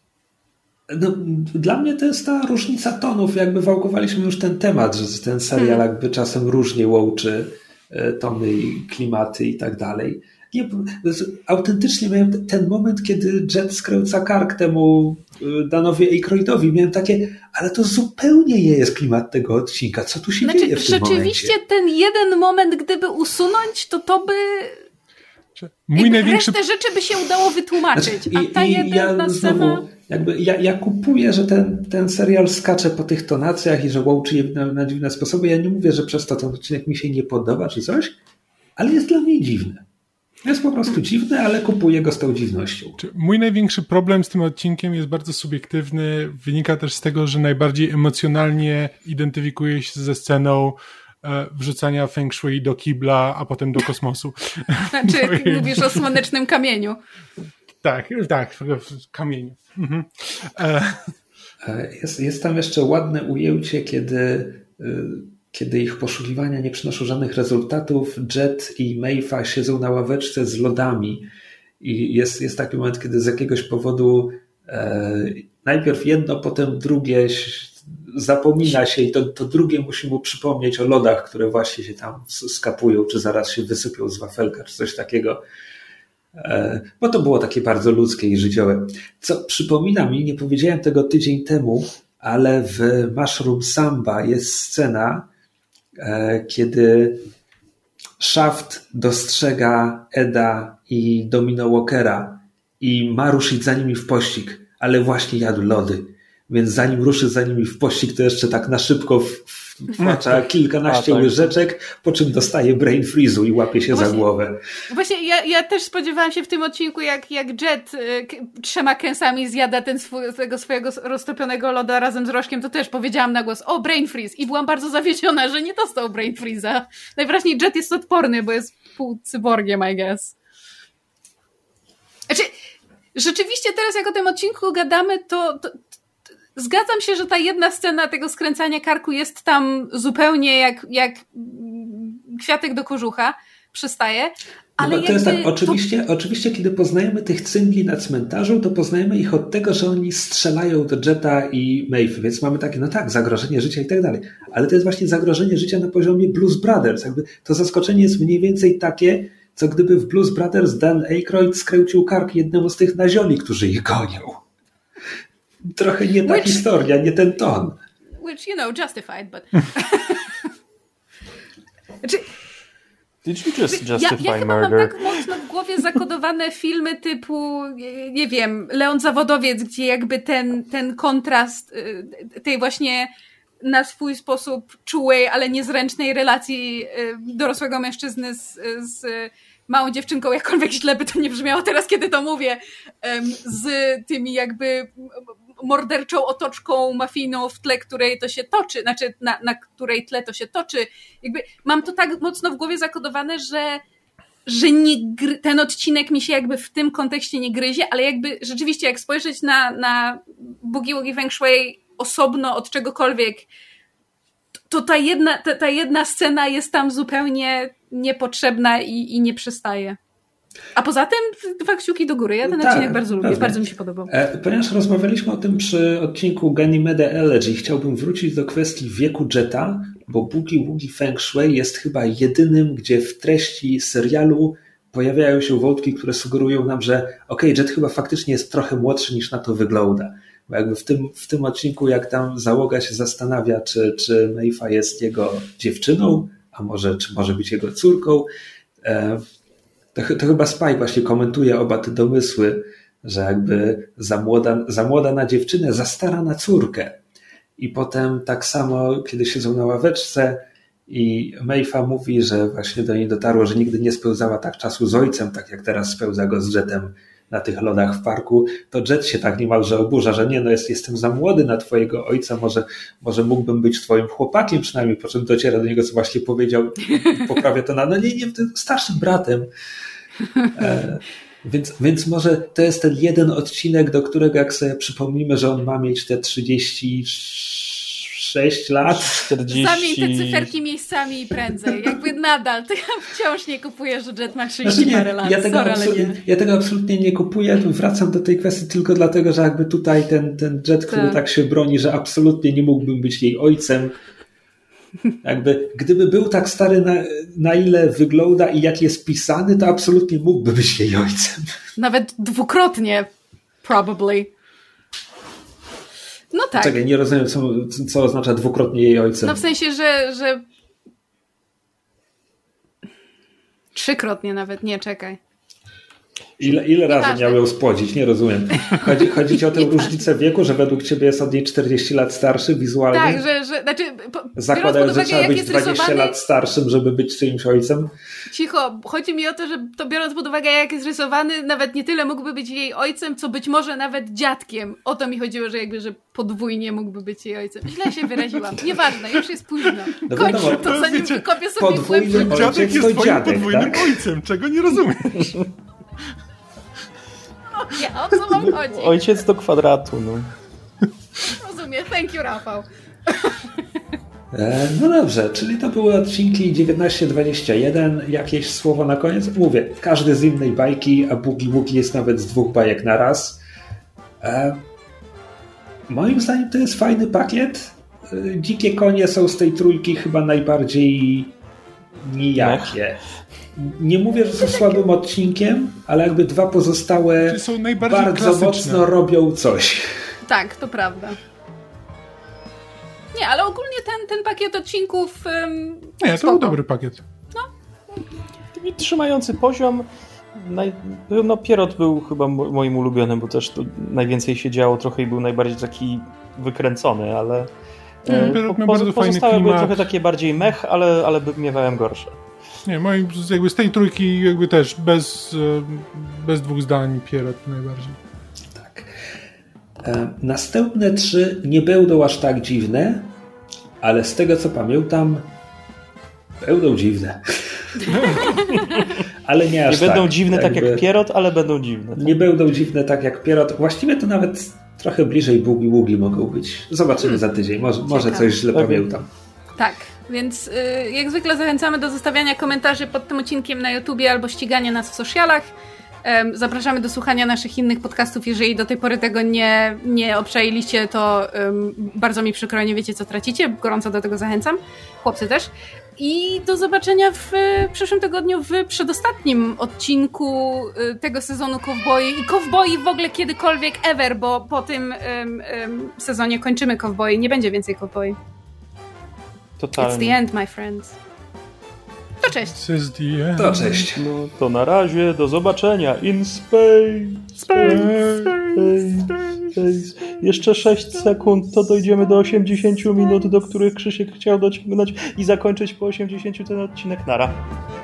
No, dla mnie to jest ta różnica tonów. Jakby wałkowaliśmy już ten temat, że ten serial jakby czasem różnie łączy tony i klimaty i tak dalej. Nie, autentycznie miałem ten moment, kiedy Jet skręca kark temu Danowi Aykroydowi. Miałem takie, ale to zupełnie nie jest klimat tego odcinka. Co tu się dzieje w tym rzeczywiście momencie? Ten jeden moment, gdyby usunąć, to by... Resztę rzeczy by się udało wytłumaczyć. A ta jedna scena... Ja kupuję, że ten serial skacze po tych tonacjach i że łączy je na dziwne sposoby. Ja nie mówię, że przez to ten odcinek mi się nie podoba czy coś, ale jest dla mnie dziwny. Jest po prostu dziwny, ale kupuję go z tą dziwnością. Mój największy problem z tym odcinkiem jest bardzo subiektywny. Wynika też z tego, że najbardziej emocjonalnie identyfikuję się ze sceną wrzucania feng shui do kibla, a potem do kosmosu. Znaczy, mówisz o słonecznym kamieniu. Tak, w kamieniu. Mhm. Jest tam jeszcze ładne ujęcie, kiedy ich poszukiwania nie przynoszą żadnych rezultatów. Jet i Mayfa siedzą na ławeczce z lodami i jest taki moment, kiedy z jakiegoś powodu najpierw jedno, potem drugie zapomina się i to drugie musi mu przypomnieć o lodach, które właśnie się tam skapują, czy zaraz się wysypią z wafelka, czy coś takiego. Bo to było takie bardzo ludzkie i życiowe. Co przypomina mi, nie powiedziałem tego tydzień temu, ale w Mushroom Samba jest scena, kiedy Shaft dostrzega Eda i Domino Walkera i ma ruszyć za nimi w pościg, ale właśnie jadł lody. Więc zanim ruszy za nimi w pościg, to jeszcze tak na szybko wpłacza kilkanaście łyżeczek, po czym dostaje brain freeze'u i łapie się za głowę. Właśnie ja też spodziewałam się w tym odcinku, jak Jet 3 kęsami zjada tego swojego roztopionego loda razem z Rożkiem, to też powiedziałam na głos, o, brain freeze. I byłam bardzo zawiedziona, że nie dostał brain freeze'a. Najwyraźniej Jet jest odporny, bo jest pół cyborgiem, I guess. Znaczy, rzeczywiście teraz jak o tym odcinku gadamy, to zgadzam się, że ta jedna scena tego skręcania karku jest tam zupełnie jak kwiatek do kożucha przystaje. Ale no to jest tak, oczywiście, kiedy poznajemy tych cyngli na cmentarzu, to poznajemy ich od tego, że oni strzelają do Jetta i Mayfy, więc mamy takie, no tak, zagrożenie życia i tak dalej. Ale to jest właśnie zagrożenie życia na poziomie Blues Brothers. Jakby to zaskoczenie jest mniej więcej takie, co gdyby w Blues Brothers Dan Aykroyd skręcił kark jednemu z tych nazioli, którzy ich gonią. Trochę nie ta historia, nie ten ton. which, justified, but... Znaczy, Did you just justify ja chyba murder? mam tak mocno w głowie zakodowane filmy typu, nie wiem, Leon Zawodowiec, gdzie jakby ten kontrast tej właśnie na swój sposób czułej, ale niezręcznej relacji dorosłego mężczyzny z małą dziewczynką, jakkolwiek źle by to nie brzmiało teraz, kiedy to mówię, z tymi jakby morderczą otoczką mafijną w tle, której to się toczy, znaczy na której tle to się toczy. Jakby mam to tak mocno w głowie zakodowane, że ten odcinek mi się jakby w tym kontekście nie gryzie, ale jakby rzeczywiście jak spojrzeć na Boogie Woogie Feng Shui osobno od czegokolwiek, to ta jedna scena jest tam zupełnie niepotrzebna i nie przystaje. A poza tym 2 kciuki do góry. Ja ten odcinek bardzo lubię, bardzo mi się podobał. Ponieważ rozmawialiśmy o tym przy odcinku Ganymede Elegy, chciałbym wrócić do kwestii wieku Jetta, bo Boogie Woogie Feng Shui jest chyba jedynym, gdzie w treści serialu pojawiają się wątki, które sugerują nam, że Jet chyba faktycznie jest trochę młodszy niż na to wygląda. Bo jakby w tym odcinku, jak tam załoga się zastanawia, czy Meifa jest jego dziewczyną, czy może być jego córką, to chyba Spike właśnie komentuje oba te domysły, że jakby za młoda na dziewczynę, za stara na córkę. I potem tak samo, kiedy siedzą na ławeczce i Meifa mówi, że właśnie do niej dotarło, że nigdy nie spełzała tak czasu z ojcem, tak jak teraz spełza go z Jettem na tych lodach w parku, to Jet się tak niemalże oburza, że jestem za młody na twojego ojca, może mógłbym być twoim chłopakiem przynajmniej, po czym dociera do niego, co właśnie powiedział, poprawia to nie, starszym bratem. Więc może to jest ten jeden odcinek, do którego jak sobie przypomnimy, że on ma mieć te 36 lat. 40... Zamień te cyferki miejscami i prędzej. Jakby nadal. To ja wciąż nie kupuję, że Jet ma 30 parę lat. Ja tego absolutnie nie kupuję. Wracam do tej kwestii tylko dlatego, że jakby tutaj ten Jet, który tak się broni, że absolutnie nie mógłbym być jej ojcem. Jakby, gdyby był tak stary na ile wygląda i jak jest pisany, to absolutnie mógłby być jej ojcem. Nawet dwukrotnie. Probably. No tak. Czekaj, nie rozumiem, co oznacza dwukrotnie jej ojcem. No w sensie, że... Trzykrotnie nawet, nie, czekaj. Ile razy miał ją spłodzić? Nie rozumiem. Chodzi ci o tę różnicę wieku, że według ciebie jest od niej 40 lat starszy wizualnie? Tak, znaczy... Zakładając, że trzeba być 20 lat starszym, żeby być czyimś ojcem? Cicho, chodzi mi o to, że to biorąc pod uwagę, jak jest rysowany, nawet nie tyle mógłby być jej ojcem, co być może nawet dziadkiem. O to mi chodziło, że podwójnie mógłby być jej ojcem. Źle się wyraziłam. Nieważne, już jest późno. Kończę to, zanim wykopię sobie podwójny dziadek jest twoim podwójnym ojcem, czego nie rozumiesz? Ja, o co wam chodzi? Ojciec do kwadratu, no. Rozumiem, thank you, Rafał. No dobrze, czyli to były odcinki 19-21. Jakieś słowo na koniec? Mówię, każdy z innej bajki, a Boogie Woogie jest nawet z 2 bajek na raz. Moim zdaniem to jest fajny pakiet. Dzikie konie są z tej trójki chyba najbardziej nijakie. Nie mówię, że są słabym odcinkiem, ale jakby 2 pozostałe bardzo klasyczne. Mocno robią coś. Tak, to prawda. Nie, ale ogólnie ten pakiet odcinków... Nie, to był dobry pakiet. No. I trzymający poziom. No Pierrot był chyba moim ulubionym, bo też to najwięcej się działo trochę i był najbardziej taki wykręcony, ale pozostałe były trochę takie bardziej mech, ale miewałem gorsze. Nie, jakby z tej trójki jakby też bez 2 zdań Pierrot najbardziej. Tak. Następne 3 nie będą aż tak dziwne, ale z tego co pamiętam będą dziwne. Ale nie aż nie będą tak. dziwne tak jak Pierrot, ale będą dziwne. Tak? Nie będą dziwne tak jak Pierrot. Właściwie to nawet trochę bliżej Boogie Woogie mogą być. Zobaczymy za tydzień. Może coś źle pamiętam. Tak. Więc jak zwykle zachęcamy do zostawiania komentarzy pod tym odcinkiem na YouTubie albo ścigania nas w socialach. Zapraszamy do słuchania naszych innych podcastów. Jeżeli do tej pory tego nie obczajiliście, to bardzo mi przykro, nie wiecie co tracicie. Gorąco do tego zachęcam. Chłopcy też. I do zobaczenia w przyszłym tygodniu w przedostatnim odcinku tego sezonu Cowboyi i Cowboyi w ogóle kiedykolwiek ever, bo po tym sezonie kończymy Cowboyi. Nie będzie więcej Cowboyi. Totalnie. It's the end, my friends. To cześć. To cześć. No to na razie, do zobaczenia. In space. Jeszcze 6 sekund, to dojdziemy do 80 minut, do których Krzysiek chciał dociągnąć i zakończyć po 80 ten odcinek. Nara.